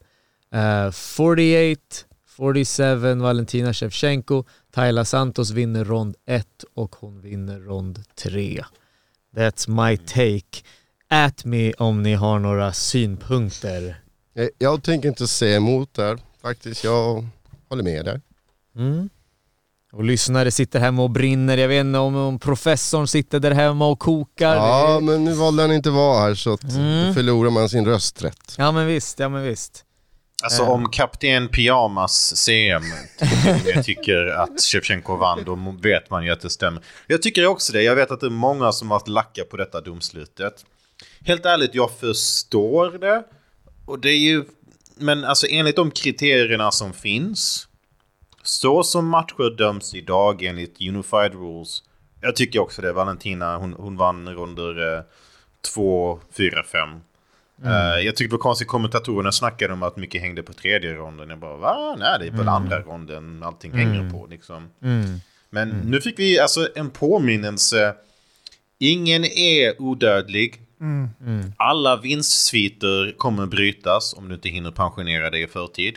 48-47 Valentina Shevchenko. Tayla Santos vinner rond 1 och hon vinner rond 3. That's my take. At me om ni har några synpunkter. Jag tänker inte säga emot där. Faktiskt, jag håller med där. Och lyssnare sitter hemma och brinner. Jag vet inte om professorn sitter där hemma och kokar. Ja, men nu valde han inte vara här, så att då förlorar man sin rösträtt. Ja men visst. Alltså om kapten Pyjamas CM tycker att Shevchenko vann, då vet man ju att det stämmer. Jag tycker också det. Jag vet att det är många som har varit lacka på detta domslutet. Helt ärligt, jag förstår det. Och det är ju, men alltså enligt de kriterierna som finns, så som matcher döms idag enligt Unified Rules, jag tycker också det. Valentina, hon vann under 2, 4, 5. Jag tycker det var konstigt, kommentatorerna snackade om att mycket hängde på tredje ronden. Jag bara, va? Nej, det är väl andra ronden allting hänger på liksom. Men nu fick vi alltså en påminnelse. Ingen är odödlig. Alla vinstsviter kommer brytas om du inte hinner pensionera dig i förtid.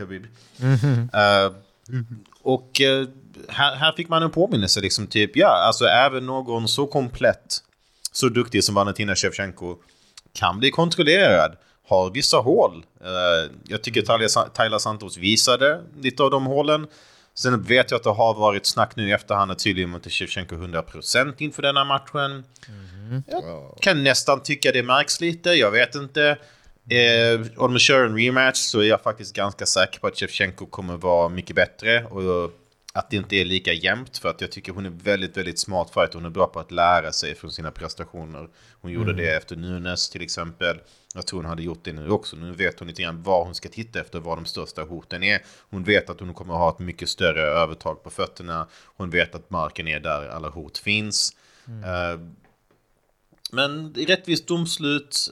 Och här fick man en påminnelse liksom, typ, alltså även någon så komplett, så duktig som Valentina Shevchenko kan bli kontrollerad, har vissa hål. Jag tycker Tayla Santos visade lite av de hålen. Sen vet jag att det har varit snack nu i efterhand att tydligen mot Shevchenko 100% inför den här matchen. Jag kan nästan tycka det märks lite, jag vet inte. Om man kör en rematch så är jag faktiskt ganska säker på att Shevchenko kommer vara mycket bättre och att det inte är lika jämnt, för att jag tycker hon är väldigt, väldigt smart fighter. Hon är bra på att lära sig från sina prestationer. Hon gjorde det efter Nunes till exempel. Jag tror hon hade gjort det nu också. Nu vet hon lite grann vad hon ska titta efter, vad de största hoten är. Hon vet att hon kommer att ha ett mycket större övertag på fötterna. Hon vet att marken är där alla hot finns. Men i rättvist domslut,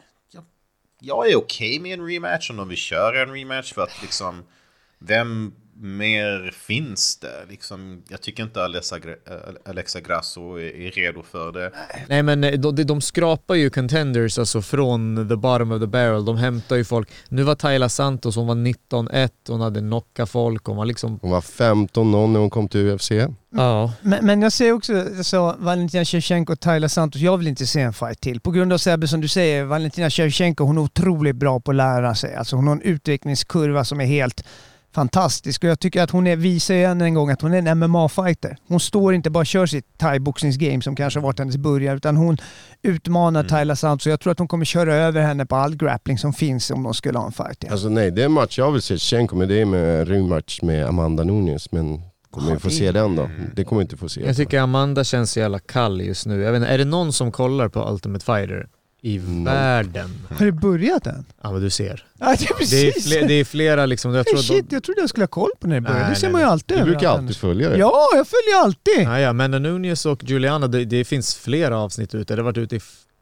jag är okej med en rematch om de vill köra en rematch, för att liksom, mer finns det? Liksom, jag tycker inte Alexa Grasso är redo för det. Nej, men de skrapar ju contenders alltså från the bottom of the barrel. De hämtar ju folk. Nu var Tayla Santos, hon var 19-1, hon hade knockat folk. Hon var 15-0 när hon kom till UFC. Ja. Men jag säger också så, Valentina Shevchenko och Tayla Santos, jag vill inte se en fight till. På grund av Sebbe, som du säger, Valentina Shevchenko, hon är otroligt bra på att lära sig. Alltså hon har en utvecklingskurva som är helt fantastisk, och jag tycker att hon visar än en gång att hon är en MMA-fighter. Hon står inte bara och kör sitt thai-boxningsgame som kanske har varit hennes början, utan hon utmanar Tayla Santos, och jag tror att hon kommer köra över henne på all grappling som finns om de skulle ha en fight. Ja. Alltså nej, det är en match jag vill se Shevchenko, men det är med rematch med Amanda Nunes, men kommer vi få se den då? Det kommer vi inte få se. Jag tycker Amanda känns så jävla kall just nu. Jag vet inte, är det någon som kollar på Ultimate Fighter i världen? Har det börjat än? Ja, men du ser. Ja, det är precis. Det är flera liksom. Jag trodde jag skulle ha koll på när det börjar. Det ser man ju alltid. Du brukar alltid följa det. Ja, jag följer alltid. Ja, men Nunes och Juliana, det finns flera avsnitt ute. Det har varit ute i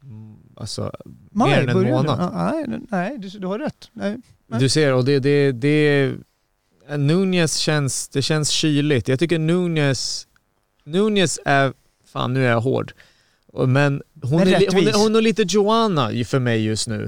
mer än en månad. Nej, du har rätt. Nej. Du ser, och det Nunes känns kyligt. Jag tycker Nunes är, fan nu är jag hård, men hon är lite Joanna för mig just nu.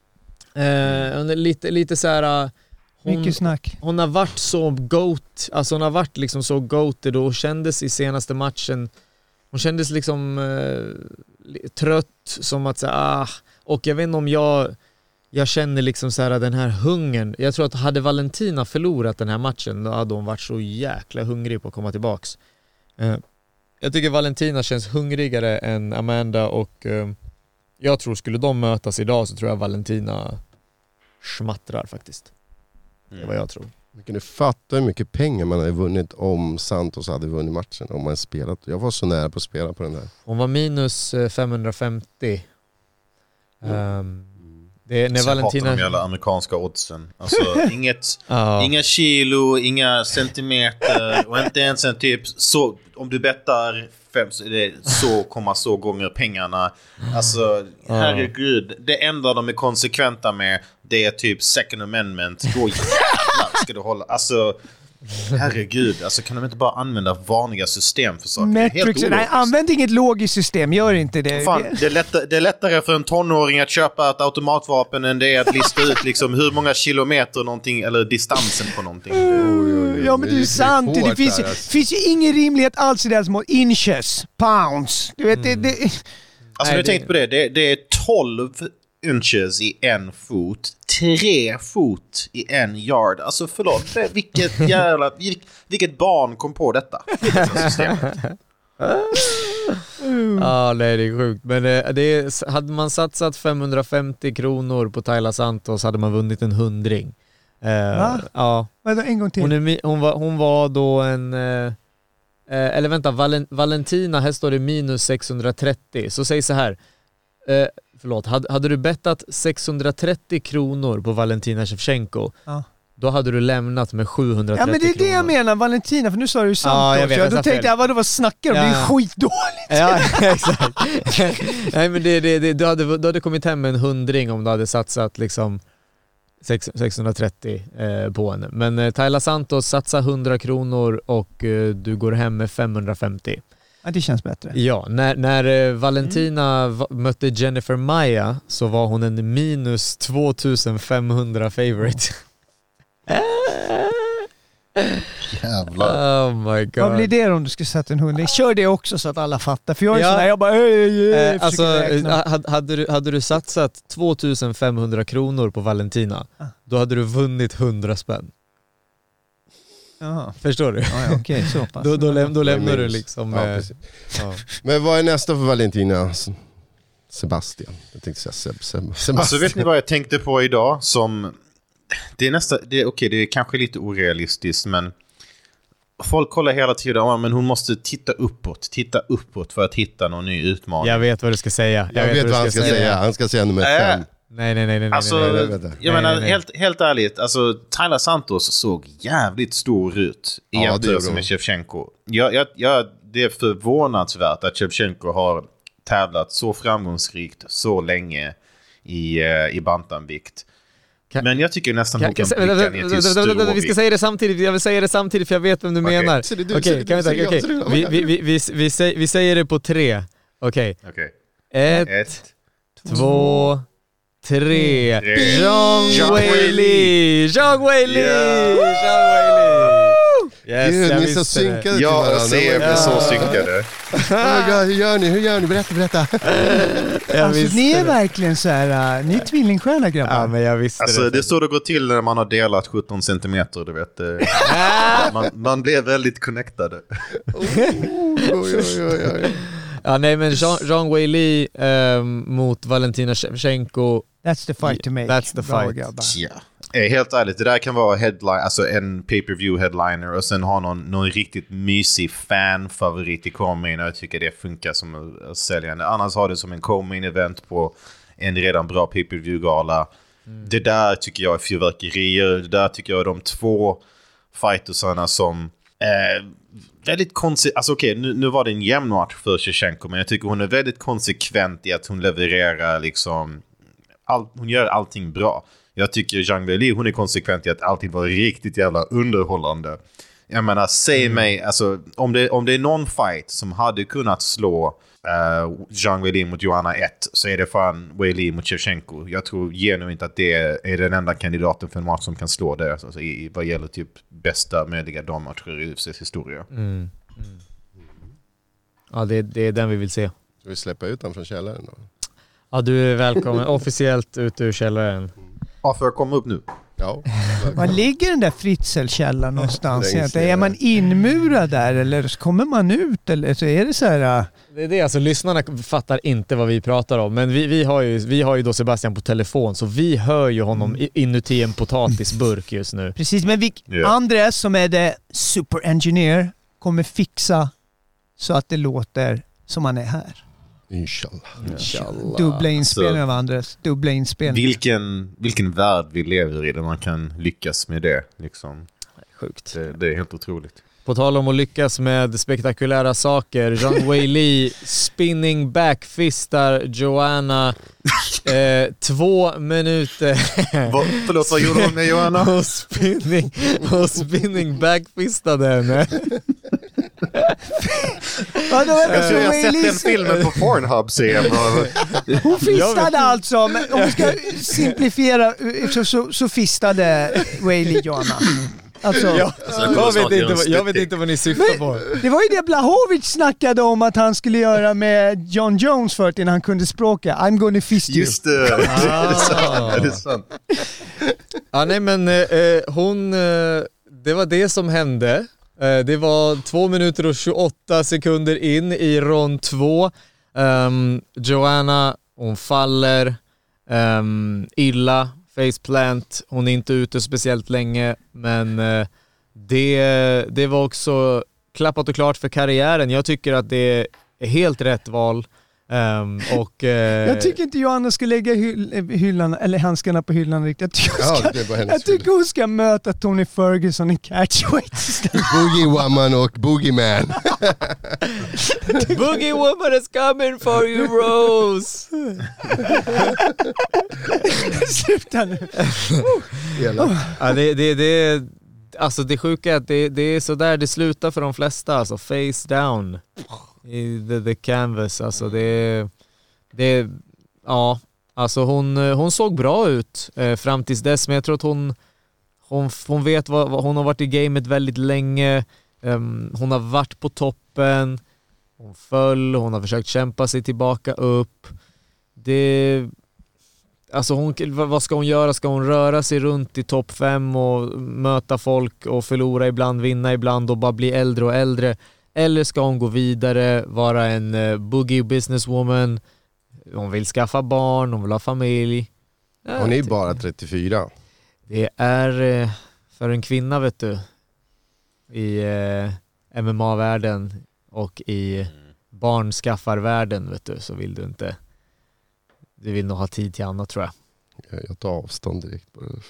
Hon är lite så här. Mycket snack. Hon har varit så goat, alltså hon har varit liksom så goated, och kändes i senaste matchen, hon kändes liksom trött, som att säga, och jag vet inte om jag känner liksom så här den här hungern. Jag tror att hade Valentina förlorat den här matchen, då hade hon varit så jäkla hungrig på att komma tillbaks. Jag tycker Valentina känns hungrigare än Amanda, och jag tror skulle de mötas idag så tror jag Valentina smattrar faktiskt. Det är vad jag tror. Man kunde fatta hur mycket pengar man hade vunnit om Santos hade vunnit matchen, om man spelat. Jag var så nära på att spela på den där. Hon var minus 550. Det är när Valentina... de jävla amerikanska oddsen. Alltså inga kilo, inga centimeter, och inte ens en typ så, om du bettar 5 så är det så gånger pengarna. Alltså herregud, det enda de är konsekventa med, det är typ second amendment. Då jävlar ska du hålla. Alltså herregud, alltså kan de inte bara använda vanliga system för saker? Metrics, nej, använd inget logiskt system, gör inte det. Fan, det är lättare för en tonåring att köpa ett automatvapen än det är att lista ut liksom hur många kilometer någonting, eller distansen på någonting. Ja, men det är sant. Det finns ju ingen rimlighet alls i det som inches, pounds. Du vet, Alltså nu tänkt på det är 12 inches i 1 fot, 3 fot i 1 yard. Alltså förlåt, vilket barn kom på detta? Nej, det är sjukt. Men hade man satsat 550 kronor på Tayla Santos hade man vunnit en 100. Va? Ja. En gång till. Hon var då en... eller vänta, Valentina, här står det minus 630. Så säg så här. Förlåt, hade du bettat 630 kronor på Valentina Shevchenko, då hade du lämnat med 730 kronor. Ja, men det är det jag menar, Valentina, för nu sa du ju Santos. Då tänkte jag, vad snackar de? Det är skitdåligt. Ja, exakt. Nej, men du hade kommit hem med en 100 om du hade satsat liksom 630 på henne. Men Tayla Santos satsar 100 kronor och du går hem med 550. Ja, det känns bättre. Ja, när Valentina mötte Jennifer Maia så var hon en minus 2500 favorite. Jävlar. Oh my god. Vad blir det om du skulle sätta en 100? Kör det också så att alla fattar. För jag är sån här, jag bara alltså, hade du satsat 2500 kronor på Valentina, då hade du vunnit 100 spänn. Jaha. Förstår du? Ja, okej, så pass. Då lämnar du liksom... Ja. Men vad är nästa för Valentina? Sebastian. Jag tänkte säga Sebastian. Alltså vet ni vad jag tänkte på idag? Som... Det är kanske lite orealistiskt, men folk kollar hela tiden, men hon måste titta uppåt för att hitta någon ny utmaning. Jag vet vad du ska säga. Jag vet vad han ska säga. Han ska säga nummer 5. Nej. Alltså, jag menar, helt ärligt, alltså Tayla Santos såg jävligt stor ut i jämförelse med Shevchenko. Det är förvånansvärt att Shevchenko har tävlat så framgångsrikt så länge i bantamvikt. Men jag tycker nästan hon kan pricka ner till Stu. Vi ska säga det samtidigt, jag vill säga det samtidigt för jag vet vem du menar. Vi säger det på 3. Okej. 1, 2, 3. Zhang Weili! Yes, Gud, jag ni är så visste det. synkade till Jag varandra. och CM är så synkade. Hur gör ni? Berätta. Alltså ni är verkligen så här, ni är tvillingsköna grabbar. Ja, men jag visste Alltså det. det är så det går till när man har delat 17 centimeter, du vet. Man blir väldigt connectade. Oj. Ja, nej, men Zhang Weili mot Valentina Shevchenko. That's the fight to make. That's the Bra, fight. grabbar. Ja. Helt ärligt, det där kan vara headline, alltså en pay-per-view headliner och sen ha någon riktigt mysig fan-favorit i co-main, och jag tycker det funkar som säljande. Annars har det som en co-main event på en redan bra pay-per-view-gala. Det där tycker jag är fyrverkerier. Det där tycker jag är de 2 fightersarna som väldigt konstigt. Alltså okej, nu var det en jämn match för Shevchenko, men jag tycker hon är väldigt konsekvent i att hon levererar liksom hon gör allting bra. Jag tycker Zhang Weili, hon är konsekvent i att allting var riktigt jävla underhållande. Jag menar, säg mig, alltså, om det är någon fight som hade kunnat slå Zhang Weili mot Joanna 1, så är det fan Weili mot Shevchenko. Jag tror genuint att det är den enda kandidaten för en match som kan slå det, alltså, vad gäller typ bästa möjliga dammatcher i UFCs historia. Ja, det är den vi vill se. Ska vi släppa ut den från källaren då? Ja, du är välkommen officiellt ut ur källaren. Ja, får jag komma upp nu? Ja. Var ligger den där Fritzelkällaren någonstans? längst ner. Är man inmurad där eller kommer man ut? Eller så är det så här... Det är det, alltså lyssnarna fattar inte vad vi pratar om. Men vi har ju då Sebastian på telefon, så vi hör ju honom inuti en potatisburk just nu. Precis, men Andres som är det super engineer kommer fixa så att det låter som han är här. Inshallah. Dubbla inspelningar av Andres. Dubbla inspelningar. Vilken värld vi lever i där man kan lyckas med det. Liksom. Sjukt. Det är helt otroligt. På tal om att lyckas med spektakulära saker. Zhang Weili spinning backfistar Joanna 2 minuter. Förlåt, vad gjorde hon med Joanna? och spinning backfistade henne. Ja, då är det så Jag har sett Weili- den filmen på Pornhub, CM. Hon fistade alltså, om vi ska simplifiera, så fistade Weili Joanna. Alltså, Jag vet inte vad ni syftar på. det var ju det Blachowicz snackade om att han skulle göra med John Jones förut innan han kunde språka. I'm gonna fist you. Just det. Det är sant. Ja, nej, men det var det som hände. Det var 2 minuter och 28 sekunder in i rond 2. Joanna, hon faller illa, faceplant. Hon är inte ute speciellt länge, men det var också klappat och klart för karriären. Jag tycker att det är helt rätt val. Jag tycker inte Joanna ska lägga hyllan eller handskarna på hyllan riktigt. Jag tycker hon ska möta Tony Ferguson i catchweight. Boogie Woman och Boogie Man. Boogie Woman is coming for you, Rose. Sluta nu. Ja, alltså det sjuka är att det är så där det slutar för de flesta, alltså face down i the canvas. Alltså det ja, alltså hon såg bra ut fram tills dess, men jag tror att hon vet vad hon har varit i gamet väldigt länge. Hon har varit på toppen, hon föll, hon har försökt kämpa sig tillbaka upp. Alltså vad ska hon göra? Ska hon röra sig runt i topp 5 och möta folk och förlora ibland, vinna ibland och bara bli äldre och äldre? Eller ska hon gå vidare, vara en boogie businesswoman? Hon vill skaffa barn, hon vill ha familj. Hon är bara 34. Det är för en kvinna, vet du, i MMA-världen och i barnskaffarvärlden, vet du, så vill du inte. Du vill nog ha tid till annat, tror jag. Jag tar avstånd direkt på det.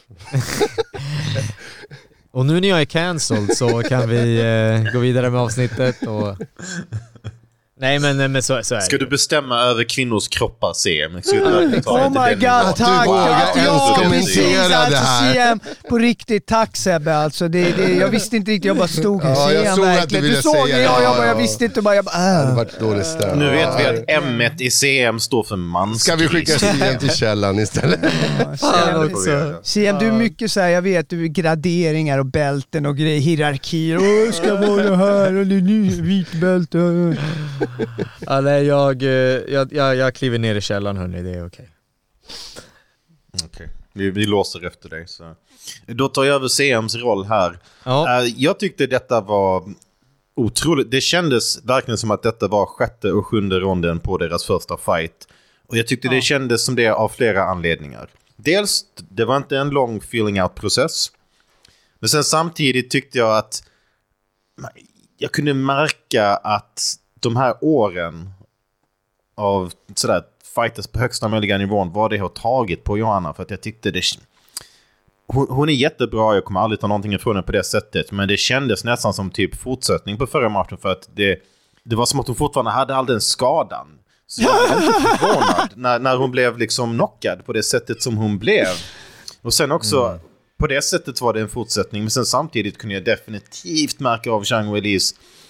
Och nu när jag är cancelled så kan vi gå vidare med avsnittet. Och Nej men så är det. Ska du bestämma över kvinnors kroppar, CM? Oh my god, tack! vågar ens kommentera det här. CM, på riktigt, tack Sebbe alltså. Jag visste inte riktigt, jag bara stod här. Ja, jag CM, såg att du verkligen. ville Du såg säga det, det. jag visste inte. Det var dåligt stämt. Nu vet vi att M1 i CM står för mansgris. Ska vi skicka CM till källan istället? CM, du är mycket så här, jag vet, du är graderingar och bälten och grejer, hierarkier. Ska vara här och det är ny vitbälte. Ja, nej, jag kliver ner i källaren, hörni, det är okej. Okej. Vi låser efter dig. Så. Då tar jag över CMs roll här. Ja. Jag tyckte detta var otroligt. Det kändes verkligen som att detta var 6:e och 7:e ronden på deras första fight. Och jag tyckte det kändes som det av flera anledningar. Dels, det var inte en lång feeling out-process. Men sen samtidigt tyckte jag att jag kunde märka att de här åren av sådär fighters på högsta möjliga nivån, vad det har tagit på Johanna, för att jag tyckte hon är jättebra, jag kommer aldrig ta någonting ifrån henne på det sättet, men det kändes nästan som typ fortsättning på förra matchen, för att det var som att hon fortfarande hade all den skadan. Så jag var inte förvånad när hon blev liksom knockad på det sättet som hon blev. Och sen också på det sättet var det en fortsättning, men sen samtidigt kunde jag definitivt märka av Zhang Weilys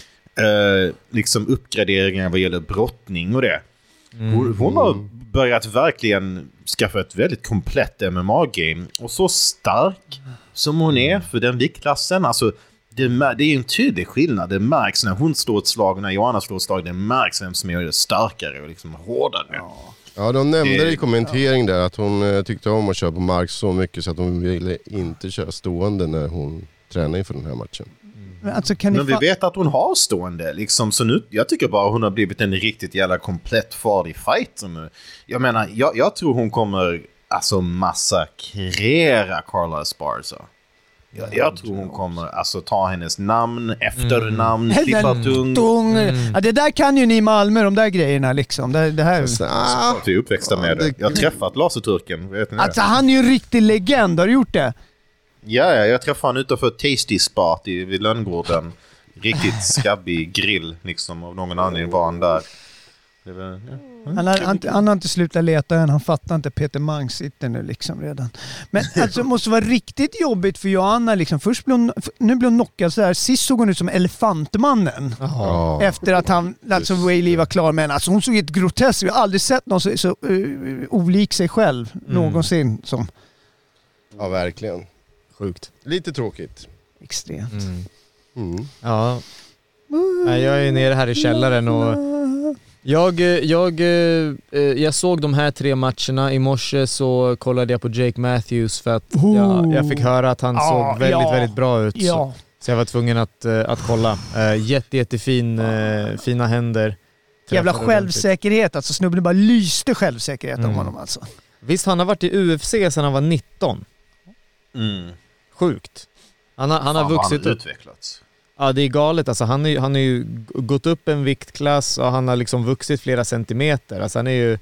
liksom uppgraderingar vad gäller brottning och det. Hon har börjat verkligen skaffa ett väldigt komplett MMA-game, och så stark som hon är för den viktklassen, alltså det är en tydlig skillnad. Det märks när hon slår ett slag, när Johanna slår ett slag, det märks vem som är starkare och liksom hårdare. Ja, de nämnde det i kommentering där att hon tyckte om att köra på mark så mycket så att hon ville inte köra stående när hon tränar inför den här matchen. Alltså, men vi vet att hon har stående liksom, så nu, jag tycker bara hon har blivit en riktigt jävla komplett farlig fight nu. Jag menar, jag tror hon kommer alltså massakrera Carla Esparza. Jag tror hon kommer alltså ta hennes namn, efternamn, klippa tung. Ja, det där kan ju ni i Malmö, de där grejerna liksom. Det här. Vi är uppväxta med det. Jag har träffat Laserturken, vet ni alltså, han är ju en riktig legend, har du gjort det? Ja, jag träffade han utanför Tasty Spot vid Lönngården. Riktigt skabbig grill liksom, av någon anledning var han där. Han har inte slutat leta än, han fattar inte Peter Mang sitter nu liksom redan. Men alltså, det måste vara riktigt jobbigt för Johanna liksom. Först nu blir hon knockad så här. Sist såg hon ut som Elefantmannen. Efter att alltså Weili var klar med henne. Alltså, hon såg ett groteskt. Vi har aldrig sett någon så olik sig själv någonsin som. Ja, verkligen. Sjukt. Lite tråkigt. Extremt. Ja. Jag är nere här i källaren och jag såg de här 3 matcherna. I morse så kollade jag på Jake Matthews för att jag fick höra att han såg väldigt bra ut. Så jag var tvungen att kolla. Jättefin, fina händer. Jävla självsäkerhet. Alltså snubben bara lyste självsäkerhet om honom alltså. Visst, han har varit i UFC sedan han var 19. Sjukt. Han har vuxit upp. Utvecklats. Ja, det är galet. Alltså, han har ju gått upp en viktklass och han har liksom vuxit flera centimeter. Alltså,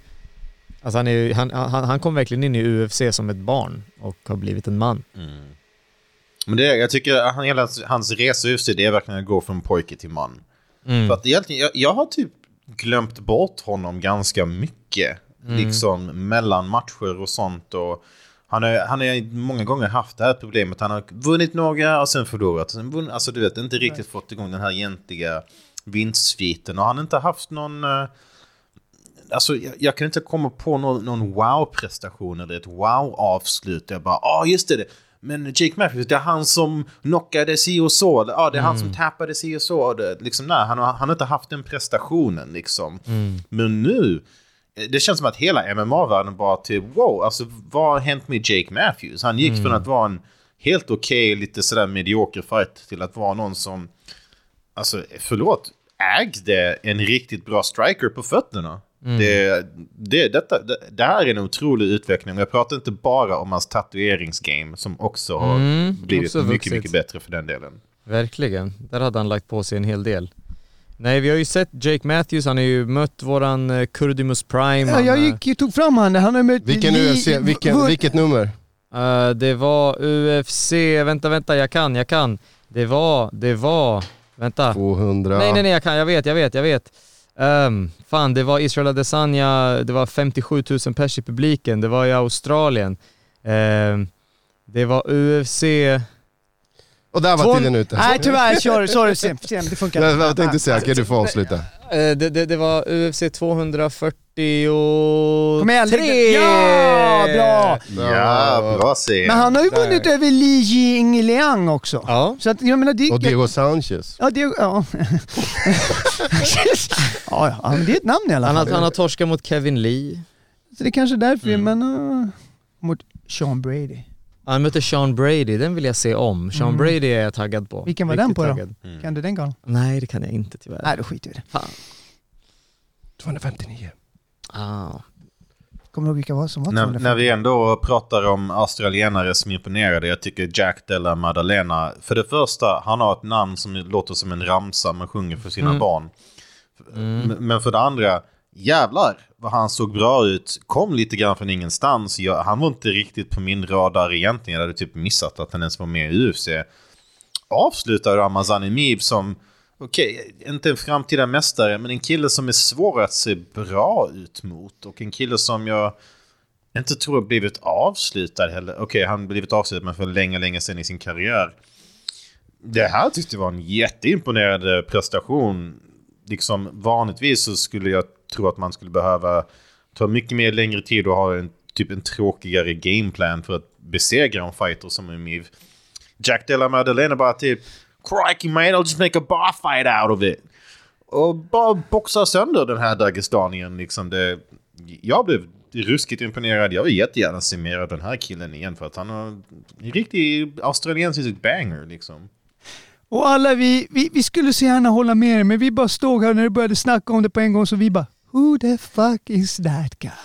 han kom verkligen in i UFC som ett barn och har blivit en man. Men jag tycker hela hans resa i UFC, det är verkligen att gå från pojke till man. För att egentligen, jag har typ glömt bort honom ganska mycket. Liksom mellan matcher och sånt, och han har många gånger haft det här problemet. Han har vunnit några och sen förlorat. Alltså du vet, inte riktigt fått igång den här egentliga vinstsviten. Och han har inte haft någon. Alltså jag kan inte komma på någon wow-prestation eller ett wow-avslut. Jag bara, just det. Men Jake Matthews, det är han som knockade si och så. Det är han som tappade si och så. Liksom, nej, han har inte haft den prestationen liksom. Men nu, det känns som att hela MMA-världen bara typ, wow, alltså vad har hänt med Jake Matthews? Han gick från att vara en helt okej, lite sådär medioker fight till att vara någon som, alltså ägde en riktigt bra striker på fötterna. Det här är en otrolig utveckling. Jag pratar inte bara om hans tatueringsgame som också har blivit mycket bättre för den delen. Verkligen, där hade han lagt på sig en hel del. Nej, vi har ju sett Jake Matthews, han har ju mött våran Kurdimus Prime. Ja, jag tog fram han har mött vilket nummer? Det var UFC, vänta, jag kan. Det var, vänta. 200. Nej, jag vet. Fan, det var Israel Adesanya, det var 57 000 pers i publiken, det var i Australien. Det var UFC... Och där var tiden ute. Nej, tyvärr, sorry, Sim, det funkar inte. Jag tänkte säga, kan du få avsluta? Det var UFC 243. Kom igen, ja, bra! Ja, bra se. Men han har ju vunnit över Li Jingliang också. Ja. Så att, jag menar, det, Och Diego Sanchez. Ja, Diego, ja. ja, men det är ett namn i alla fall. Han har torskat mot Kevin Lee. Så det är kanske därför, men mot Sean Brady. Han mötte Sean Brady, den vill jag se om. Sean Brady är jag taggad på. Vilken var Riktigt den på taggad. då? Kan du den gången? Nej, det kan jag inte tyvärr. Nej, då skiter vi i det. Fan. 259. Kommer du ihåg vilka var som var 250? När vi ändå pratar om australienare som imponerade, jag tycker Jack Della Maddalena, för det första, han har ett namn som låter som en ramsa man sjunger för sina barn. Men för det andra, jävlar vad han såg bra ut, kom lite grann från ingenstans. Han var inte riktigt på min radar egentligen, jag hade typ missat att han ens var med i UFC. Avslutade Ramazan Emeev som inte en framtida mästare, men en kille som är svår att se bra ut mot. Och en kille som jag inte tror har blivit avslutad heller. Han har blivit avslutad men för länge sedan i sin karriär. Det här tyckte jag var en jätteimponerande prestation. Liksom vanligtvis så skulle jag tro att man skulle behöva ta mycket mer längre tid och ha en tråkigare gameplan för att besegra en fighter som Emeev. Jack Della Maddalena bara typ crikey mate, I'll just make a bar fight out of it. Och bara boxa sönder den här Dagestanien. Liksom jag blev ruskigt imponerad. Jag vill jättegärna se mer av den här killen igen för att han har en riktig australiensisk banger liksom. Och alla vi skulle så gärna hålla med er, men vi bara stod här när du började snacka om det på en gång, så vi bara who the fuck is that guy?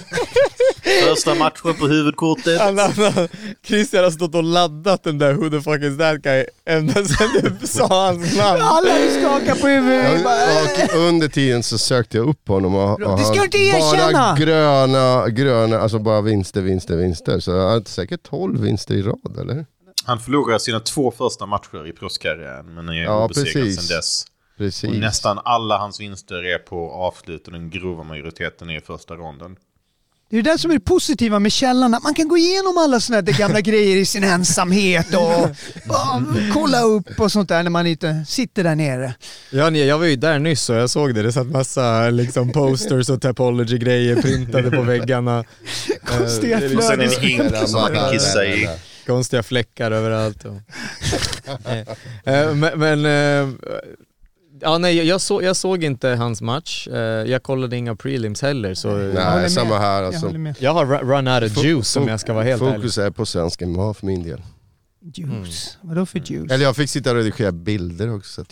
Första matchen på huvudkortet. Christian har stått och laddat den där who the fuck is that guy ända sen du sa hans namn. Alla skakar på huvudet. Och under tiden så sökte jag upp honom och det ska du inte erkänna! Bara gröna, alltså bara vinster. Så jag hade säkert 12 vinster i rad, eller? Han förlorade sina 2 första matcher i proffskarriären, men han är obesegrad sedan dess. Precis. Och nästan alla hans vinster är på avslut och den grova majoriteten är i första ronden. Det är det som är det positiva med källan, att man kan gå igenom alla såna där gamla grejer i sin ensamhet och kolla upp och sånt där när man inte sitter där nere. Ja, jag var ju där nyss och jag såg det. Det satt massa liksom posters och Tapology-grejer printade på väggarna. Konstiga Och sen en flöden. ink som man kan kissa i. Konstiga fläckar överallt. Jag såg inte hans match. Jag kollade inga prelims heller. Så Nej, samma här. Alltså. Jag har run out of juice om jag ska vara helt ärlig. Fokus är på svensk MMA för min del. Juice? Vadå för juice? Eller jag fick sitta och redigera bilder också, så att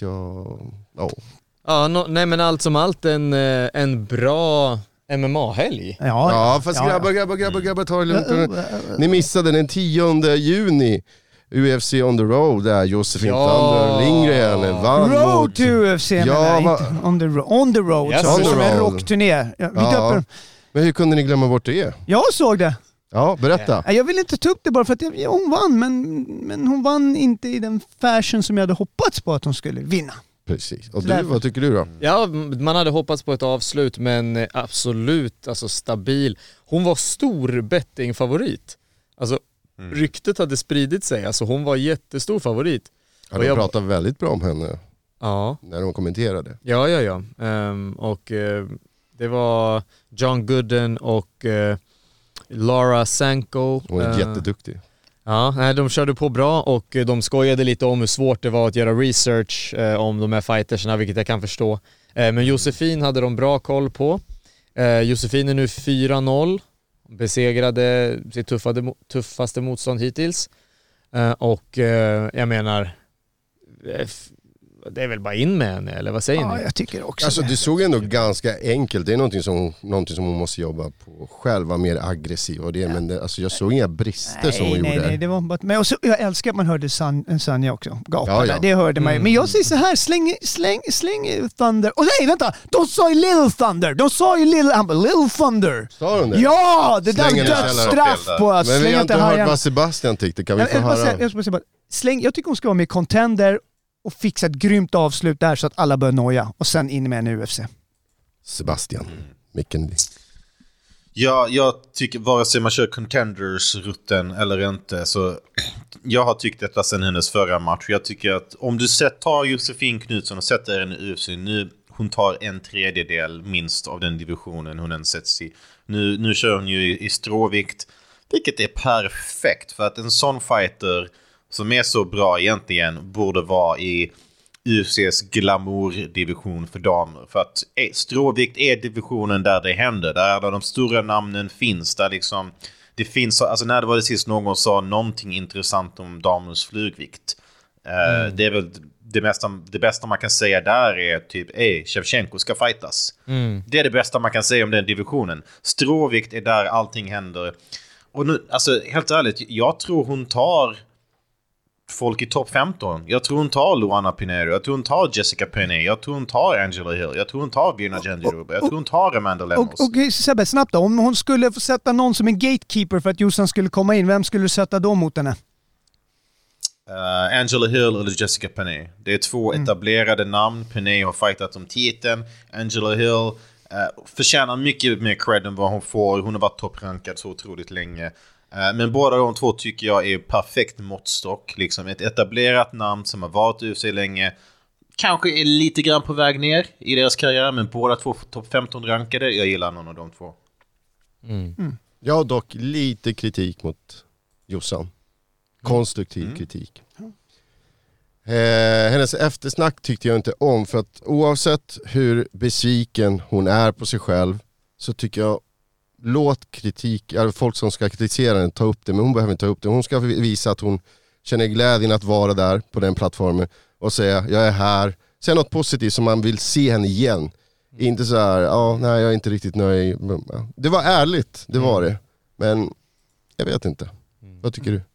nej men allt som allt en bra MMA-helg. Ja, fast grabbar, ta det lugnt. Ni missade den 10 juni. UFC on the road där Josefin Thunder Lindgren vann Road to UFC, on the road. Yes, så som en rockturné. Men hur kunde ni glömma bort det? Jag såg det. Ja, berätta. Jag vill inte ta upp det bara för att hon vann, men hon vann inte i den fashion som jag hade hoppats på att hon skulle vinna. Precis. Och du, vad tycker du då? Ja, man hade hoppats på ett avslut, men absolut alltså stabil. Hon var stor bettingfavorit. Alltså ryktet hade spridit sig, alltså hon var jättestor favorit. Ja, de pratade väldigt bra om henne när de kommenterade. Ja. Det var John Gooden och Laura Sanko. Hon är jätteduktig. Ja, de körde på bra och de skojade lite om hur svårt det var att göra research om de här fightersna, vilket jag kan förstå. Men Josefin hade de bra koll på. Josefin är nu 4-0. Besegrade sitt tuffaste motstånd hittills. Och jag menar, det är väl bara in med henne, eller vad säger ni? Ja, jag tycker också alltså, det såg ändå ganska enkelt. Det är någonting som hon måste jobba på själv, vara mer aggressiv och det, men alltså, jag såg inga brister som hon gjorde. Nej, det var bara... Men också, jag älskar att man hörde Sanja också. Gapa, ja. Det hörde man ju. Men jag säger så här, släng Thunder. Och nej, vänta! De sa ju Little Thunder. De sa ju Little Thunder. Sa de det? Ja! Det där är dödsstraff på att slänga. Men vi har inte hört vad Sebastian tyckte. Kan vi få höra? Jag tycker hon ska vara med contender och fixa ett grymt avslut där så att alla börjar noja och sen in med en UFC. Sebastian McKinney. Ja, jag tycker vare sig man kör contenders-rutten eller inte, så jag har tyckt detta sen hennes förra match. Jag tycker att om du tar Josefin Knutsson och sätter henne i UFC nu, hon tar 1/3 minst av den divisionen hon än sätts i. Nu kör hon ju i stråvikt, vilket är perfekt för att en sån fighter som är så bra egentligen borde vara i UFCs glamour-division för damer. För att stråvikt är divisionen där det händer. Där alla de stora namnen finns. Där liksom det finns, alltså när det var det sist någon sa någonting intressant om damers flygvikt. Det är väl det bästa man kan säga där är typ Shevchenko ska fightas. Det är det bästa man kan säga om den divisionen. Stråvikt är där allting händer. Och nu, alltså helt ärligt, jag tror hon tar folk i topp 15. Jag tror hon tar Luana Pinheiro. Jag tror hon tar Jessica Penney. Jag tror hon tar Angela Hill. Jag tror hon tar Virna Jandiroba. Jag tror hon tar Amanda Lemos. Okej, Sebbe, snabbt då. Om hon skulle få sätta någon som en gatekeeper för att Jossan skulle komma in, vem skulle du sätta då mot henne? Angela Hill eller Jessica Penney. Det är 2 etablerade namn. Penney har fightat om titeln. Angela Hill förtjänar mycket mer cred än vad hon får. Hon har varit topprankad så otroligt länge. Men båda de 2 tycker jag är perfekt måttstock. Liksom ett etablerat namn som har varit i UFC länge. Kanske är lite grann på väg ner i deras karriär, men båda 2 topp 15 rankade. Jag gillar någon av de 2. Jag har dock lite kritik mot Jossan. Konstruktiv kritik. Hennes eftersnack tyckte jag inte om, för att oavsett hur besviken hon är på sig själv så tycker jag låt kritik, folk som ska kritisera henne ta upp det, men hon behöver inte ta upp det. Hon ska visa att hon känner glädjen att vara där på den plattformen och säga jag är här, säga något positivt som man vill se henne igen. Inte så här, nej jag är inte riktigt nöjd. Det var ärligt, det var det. Men jag vet inte. Vad tycker du?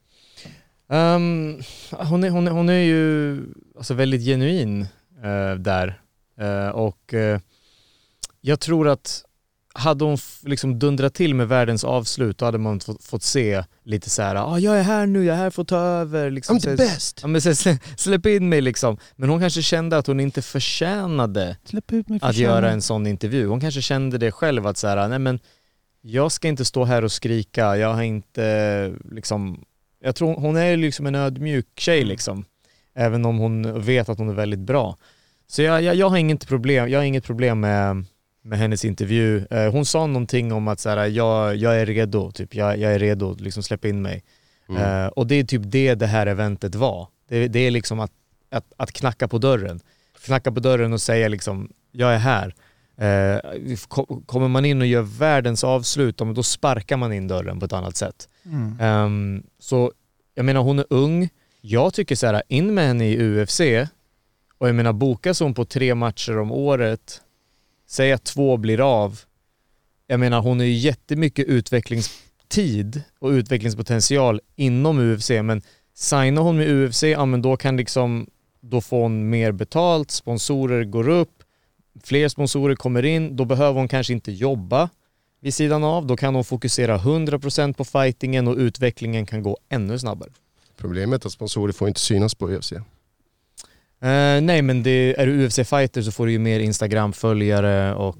Hon är ju alltså väldigt genuin där. Och jag tror att hade hon liksom dundrat till med världens avslut, då hade man fått se lite så här, jag är här nu, jag är här för att ta över liksom, I'm the best. Ja, men släpp in mig liksom. Men hon kanske kände att hon inte förtjänade att göra en sån intervju. Hon kanske kände det själv att så här, nej men jag ska inte stå här och skrika, jag har inte liksom, jag tror hon är liksom en ödmjuk tjej liksom, även om hon vet att hon är väldigt bra. Så jag har inget problem med hennes intervju. Hon sa någonting om att så här, jag är redo, typ jag är redo, liksom släpp in mig. Och det är typ det här eventet var. Det är liksom att knacka på dörren och säga liksom jag är här. Kommer man in och gör världens avslut, då sparkar man in dörren på ett annat sätt. Så jag menar, hon är ung. Jag tycker så här, in med henne i UFC, och jag menar, bokas hon på 3 matcher om året, säg att 2 blir av. Jag menar, hon har ju jättemycket utvecklingstid och utvecklingspotential inom UFC, men signar hon med UFC, men då kan liksom, då får hon mer betalt, sponsorer går upp, fler sponsorer kommer in, då behöver hon kanske inte jobba vid sidan av, då kan hon fokusera 100% på fightingen och utvecklingen kan gå ännu snabbare. Problemet är att sponsorer får inte synas på UFC. Nej, men är du UFC-fighter så får du ju mer Instagram-följare och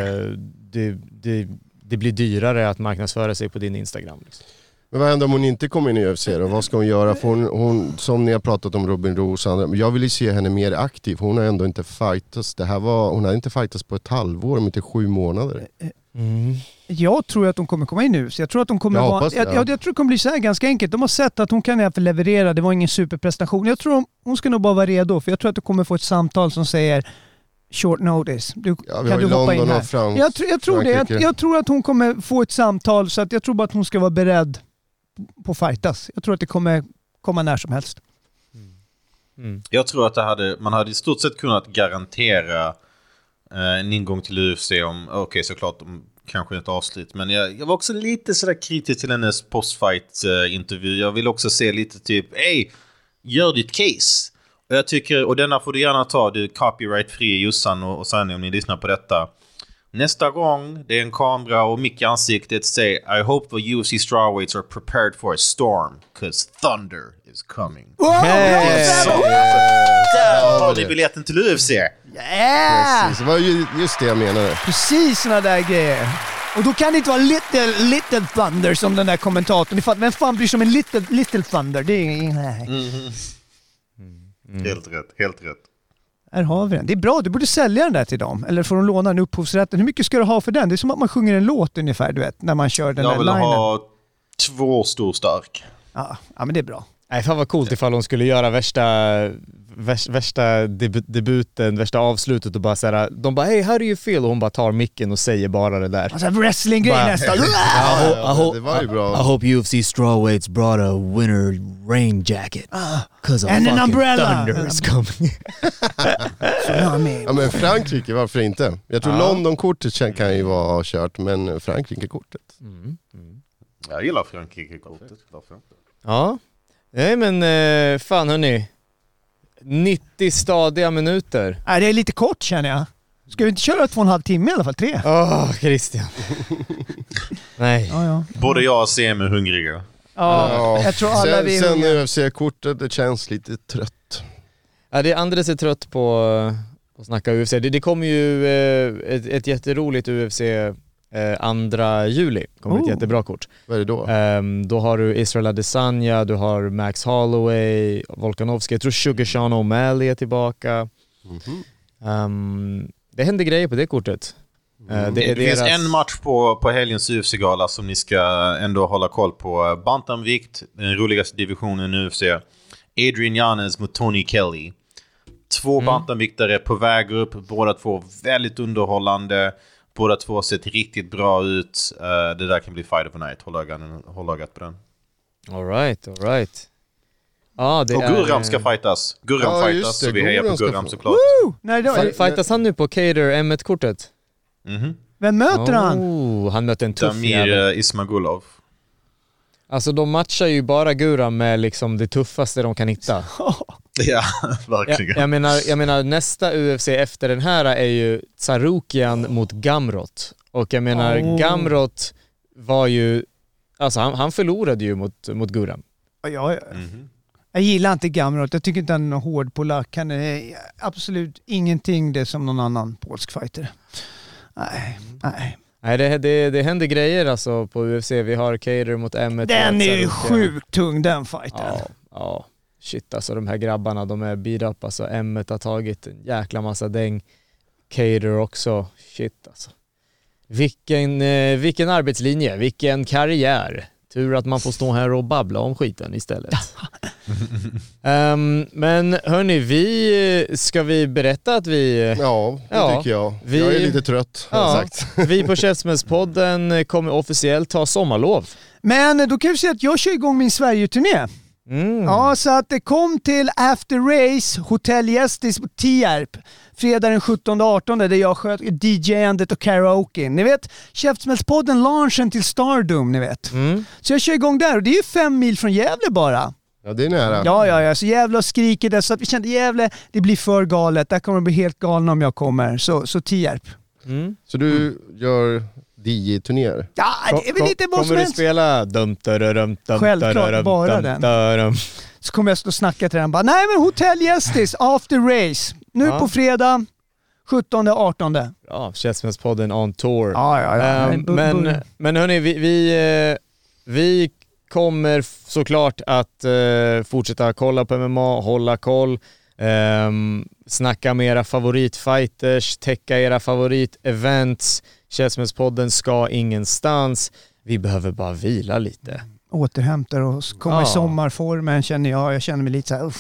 det blir dyrare att marknadsföra sig på din Instagram. Liksom. Men vad händer om hon inte kommer in i UFC då? Vad ska hon göra? För hon, som ni har pratat om Robin Roos, jag vill ju se henne mer aktiv. Hon har ändå inte fightats. Hon har inte fightats på ett halvår, om inte 7 månader. Jag tror att de kommer komma in nu. Så jag tror att de kommer jag tror det kommer bli så här ganska enkelt. De har sett att hon kan i alla fall leverera. Det var ingen superprestation. Jag tror hon ska nog bara vara redo. För jag tror att du kommer få ett samtal som säger short notice. Kan du hoppa in här? Jag tror det. Jag tror att hon kommer få ett samtal, så att jag tror bara att hon ska vara beredd på fightas. Jag tror att det kommer komma när som helst. Jag tror att man hade i stort sett kunnat garantera en ingång till UFC om, såklart kanske ett avslut, men jag var också lite sådär kritisk till hennes postfight-intervju. Jag vill också se lite typ, gör ditt case. Och jag tycker, och denna får du gärna ta, du är copyright-fri Jossan och sen om ni lyssnar på detta. Nästa gång det är en kamera och mick i ansiktet, säg I hope the UFC strawweights are prepared for a storm, 'cause thunder is coming. Wow, tar ni biljetten till UFC. Yeah! Precis, det var ju just det jag menade. Precis såna där grejer. Och då kan det inte vara little thunder som den där kommentatorn. Vem fan bryr sig om en little thunder? Det är ingen... Helt rätt. Här har vi den. Det är bra, du borde sälja den där till dem. Eller får de låna den upphovsrätten. Hur mycket ska du ha för den? Det är som att man sjunger en låt ungefär, du vet, när man kör den där linen. Jag vill ha 2 stor stark. Ja, men det är bra. Nej, fan vad coolt ifall de skulle göra värsta debuten, värsta avslutet och bara såhär, de bara hey, how do you feel? Och hon bara tar micken och säger bara det där. Alltså wrestling-grej nästan. Det var ju bra. I hope UFC strawweights brought a winter rain jacket. Cause and an umbrella. Thunder is coming. Ja, men Frankrike, varför inte? Jag tror London-kortet kan ju vara kört, men Frankrike-kortet. Jag gillar Frankrike-kortet. Ja. Nej men fan hörni. 90 stadiga minuter. Nej, det är lite kort känner jag. Ska vi inte köra 2,5 timme i alla fall? 3? Christian. Nej. Ja. Både jag och Sem är hungriga. Ja, jag tror alla vi... Sen UFC-kortet, det känns lite trött. Ja, det är Andres är trött på att snacka UFC. Det kommer ju ett jätteroligt UFC 2 juli. Kommer ett jättebra kort. Vad är det då? Då har du Israel Adesanya, du har Max Holloway, Volkanovski. Jag tror Sugar Sean O'Malley är tillbaka. Det händer grejer på det kortet. Det finns en match på helgens UFC-gala som ni ska ändå hålla koll på. Bantamvikt, den roligaste divisionen i UFC. Adrian Yanez mot Tony Kelly. 2 bantamviktare på väg upp. Båda 2 väldigt underhållande. Båda 2 sett riktigt bra ut. Det där kan bli fight of the night. Håll ögat på den. All right. Ja, det och Gurram ska fightas. Gurram fightas, så vi hejar på Gurram såklart. Fightas han nu på Cater M1-kortet? Vem möter han? Han möter en tuff Damir Ismagulov. Alltså de matchar ju bara Gurram med liksom det tuffaste de kan hitta. Ja, verkligen. Jag menar nästa UFC efter den här är ju Tsarukian mot Gamrot. Och jag menar Gamrot var ju, alltså han förlorade ju mot Gurram. Ja. Jag gillar inte Gamrot. Jag tycker inte han är hård på lack. Han är absolut ingenting det som någon annan polsk fighter. Nej, det händer grejer alltså på UFC. Vi har Cater mot M1. Den är ju sjukt tung, den fighten. Ja. Shit, alltså de här grabbarna, de är beat up. Alltså M1 har tagit en jäkla massa däng. Cater också. Shit alltså. Vilken arbetslinje, vilken karriär. Tur att man får stå här och babbla om skiten istället. Men hörni, ska vi berätta att vi... Ja, det tycker jag. Jag är lite trött, har jag sagt. Vi på Käftsmällspodden kommer officiellt ta sommarlov. Men då kan vi säga att jag kör igång min Sverige-turné. Ja, så att det kom till After Race Hotel Gästis på Tierp fredag den 17-18 där jag sköt DJ-andet och karaoke. Ni vet, Käftsmällspodden launchen till Stardom, ni vet. Så jag kör igång där och det är ju 5 mil från Gävle bara. Ja, det är nära. Ja, så Gävle och skriker där så att vi kände Gävle, det blir för galet. Där kommer det bli helt galna om jag kommer. Så Tierp. Så du gör DJ-turnéer? Ja, det är väl lite vad som Kommer du helst. spela Självklart, bara den. Så kommer jag stå och snacka till den. Bara, nej men Hotel Gästis, After Race. Nu på fredag, 17-18. Ja, Käftsmällspodden on tour. Ja. Men hörni, vi kommer såklart att fortsätta kolla på MMA, hålla koll. Snacka med era favoritfighters, täcka era favoritevents. Käftsmällspodden ska ingenstans. Vi behöver bara vila lite. Återhämtar oss, komma i sommarformen känner jag. Jag känner mig lite så här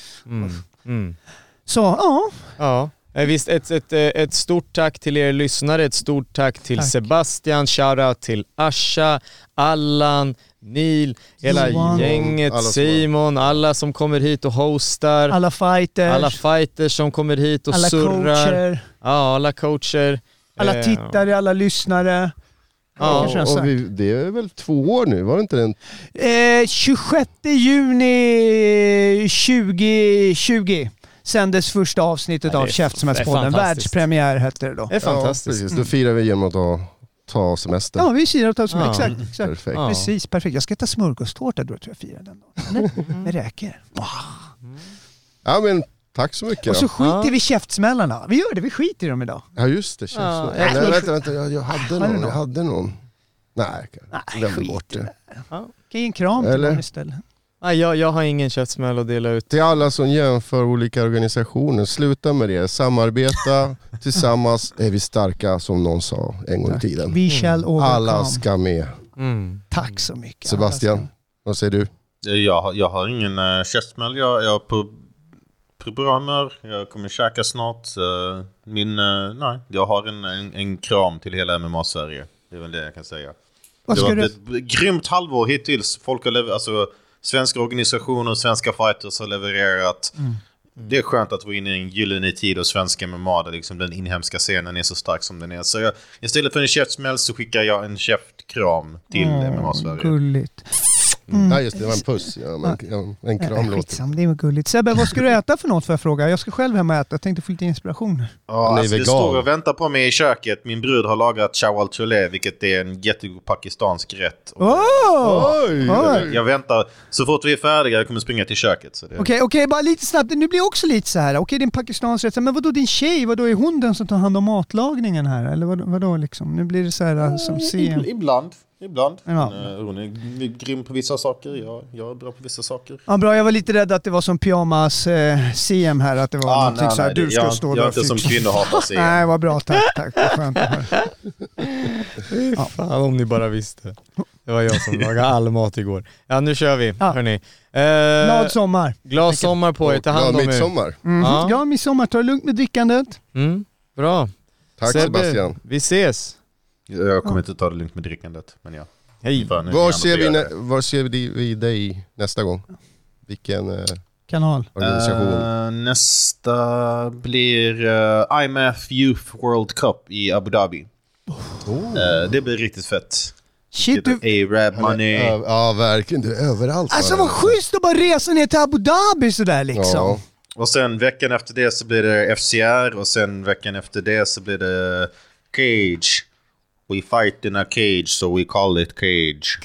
Så, Ja. Visst, ett stort tack till er lyssnare, ett stort tack till Sebastian, shoutout till Asha, Allan, Neil, hela gänget, Simon, alla som kommer hit och hostar. Alla fighters som kommer hit och alla surrar. Coacher. Ja, alla coacher. Alla tittare, alla lyssnare. Ja, och det är väl 2 år nu, var det inte den? 26 juni 2020 sändes första avsnittet av Käftsmällspodden. Världspremiär hette det då. Det är fantastiskt. Precis. Då firar vi genom att ta semester. Ja, vi firar att ta semester. Exakt. Perfekt. Precis, perfekt. Jag ska äta smörgåstårta då, tror jag firar den dagen. Med räkor. Ja, men Tack så mycket. Och så då. skiter vi i käftsmällarna. Vi gör det, vi skiter i dem idag. Ja just det, känns vänta, jag hade någon. Nej, glömde bort det. Ge en kram till dem istället. Nej, jag har ingen köttsmäll att dela ut. Till alla som jämför olika organisationer, sluta med det. Samarbeta, tillsammans är vi starka som någon sa en gång i tiden. Vi shall overcome. Alla ska med. Tack så mycket. Sebastian, vad säger du? Jag har ingen käftsmäll. Jag är på programmer. Jag kommer käka snart. Jag har en kram till hela MMA-Sverige. Det är väl det jag kan säga. Det var ett grymt halvår hittills. Folk har svenska organisationer, svenska fighters har levererat. Det är skönt att vara inne i en gyllene tid och svenska MMA där liksom den inhemska scenen är så stark som den är. Så istället för en käftsmäll så skickar jag en käftkram till MMA-Sverige. Gulligt. Ja just det, det var en puss. En kram låter. Det var gulligt. Sebbe, vad ska du äta för något för jag fråga? Jag ska själv hem och äta. Jag tänkte få lite inspiration. Ja, alltså det står och väntar på mig i köket. Min brud har lagat chawal chole, vilket är en jättegod pakistansk rätt. Jag väntar. Så fort vi är färdiga jag kommer springa till köket. Okej, bara lite snabbt. Nu blir också lite så här. Okej, det är en pakistansk rätt. Men vadå din tjej? Vadå är hon den som tar hand om matlagningen här? Eller vadå liksom? Nu blir det så här som ser... Ibland. Ja. Hon är grym på vissa saker. Jag är bra på vissa saker. Ja, bra. Jag var lite rädd att det var som pyjamas CM här. Att det var någonting så här. Du ska stå där. Jag är inte som kvinnor hatar CM. Nej, vad bra. Tack. Vad skönt att höra. Fan, om ni bara visste. Det var jag som lagade all mat igår. Ja, nu kör vi. Hörni. Glad sommar. Glad sommar på er. Ta hand om er. Glad midsommar. Glad midsommar. Ta det lugnt med drickandet. Bra. Tack Sebastian. Vi ses. Jag kommer inte ta det lugnt med drickandet, men ja. Hej. Var ser vi dig nästa gång? Vilken kanal? Organisation? Nästa blir IMF Youth World Cup i Abu Dhabi. Det blir riktigt fett. Shit, A-Rab money. Ja, verkligen. Du är överallt. Alltså vad schysst att bara resa ner till Abu Dhabi sådär liksom. Ja. Och sen veckan efter det så blir det FCR. Och sen veckan efter det så blir det Cage. We fight in a cage, so we call it cage.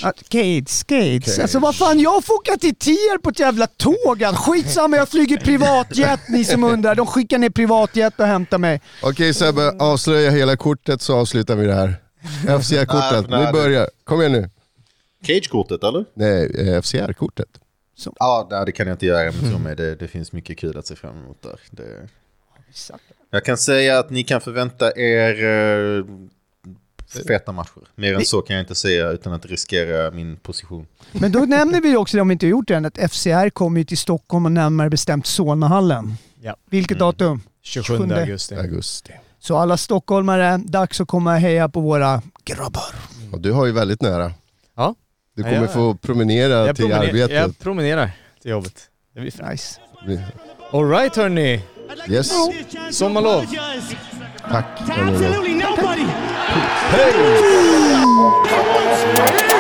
Cage. Alltså vad fan, jag får åka till Tier på ett jävla tåg. Skitsamma, jag flyger privatjet, ni som undrar. De skickar ner privatjet och hämtar mig. Okej Sebbe, avslöja hela kortet så avslutar vi det här. FCR-kortet, vi börjar. Kom igen nu. Cage-kortet, eller? Nej, FCR-kortet. Ja, det kan jag inte göra. Men det finns mycket kul att se fram emot där. Jag kan säga att ni kan förvänta er feta matcher. Mer än så kan jag inte säga utan att riskera min position. Men då nämner vi också, om vi inte har gjort det än, att FCR kommer till Stockholm och närmare bestämt Solnahallen. Ja. Vilket datum? 27 augusti. Så alla stockholmare, dags att komma och heja på våra grabbar. Och du har ju väldigt nära. Ja. Du kommer få promenera till arbetet. Jag promenerar till jobbet. Det blir nice. All right, hörni. Yes. Sommarlov. Tack. Absolutely nobody. Hej!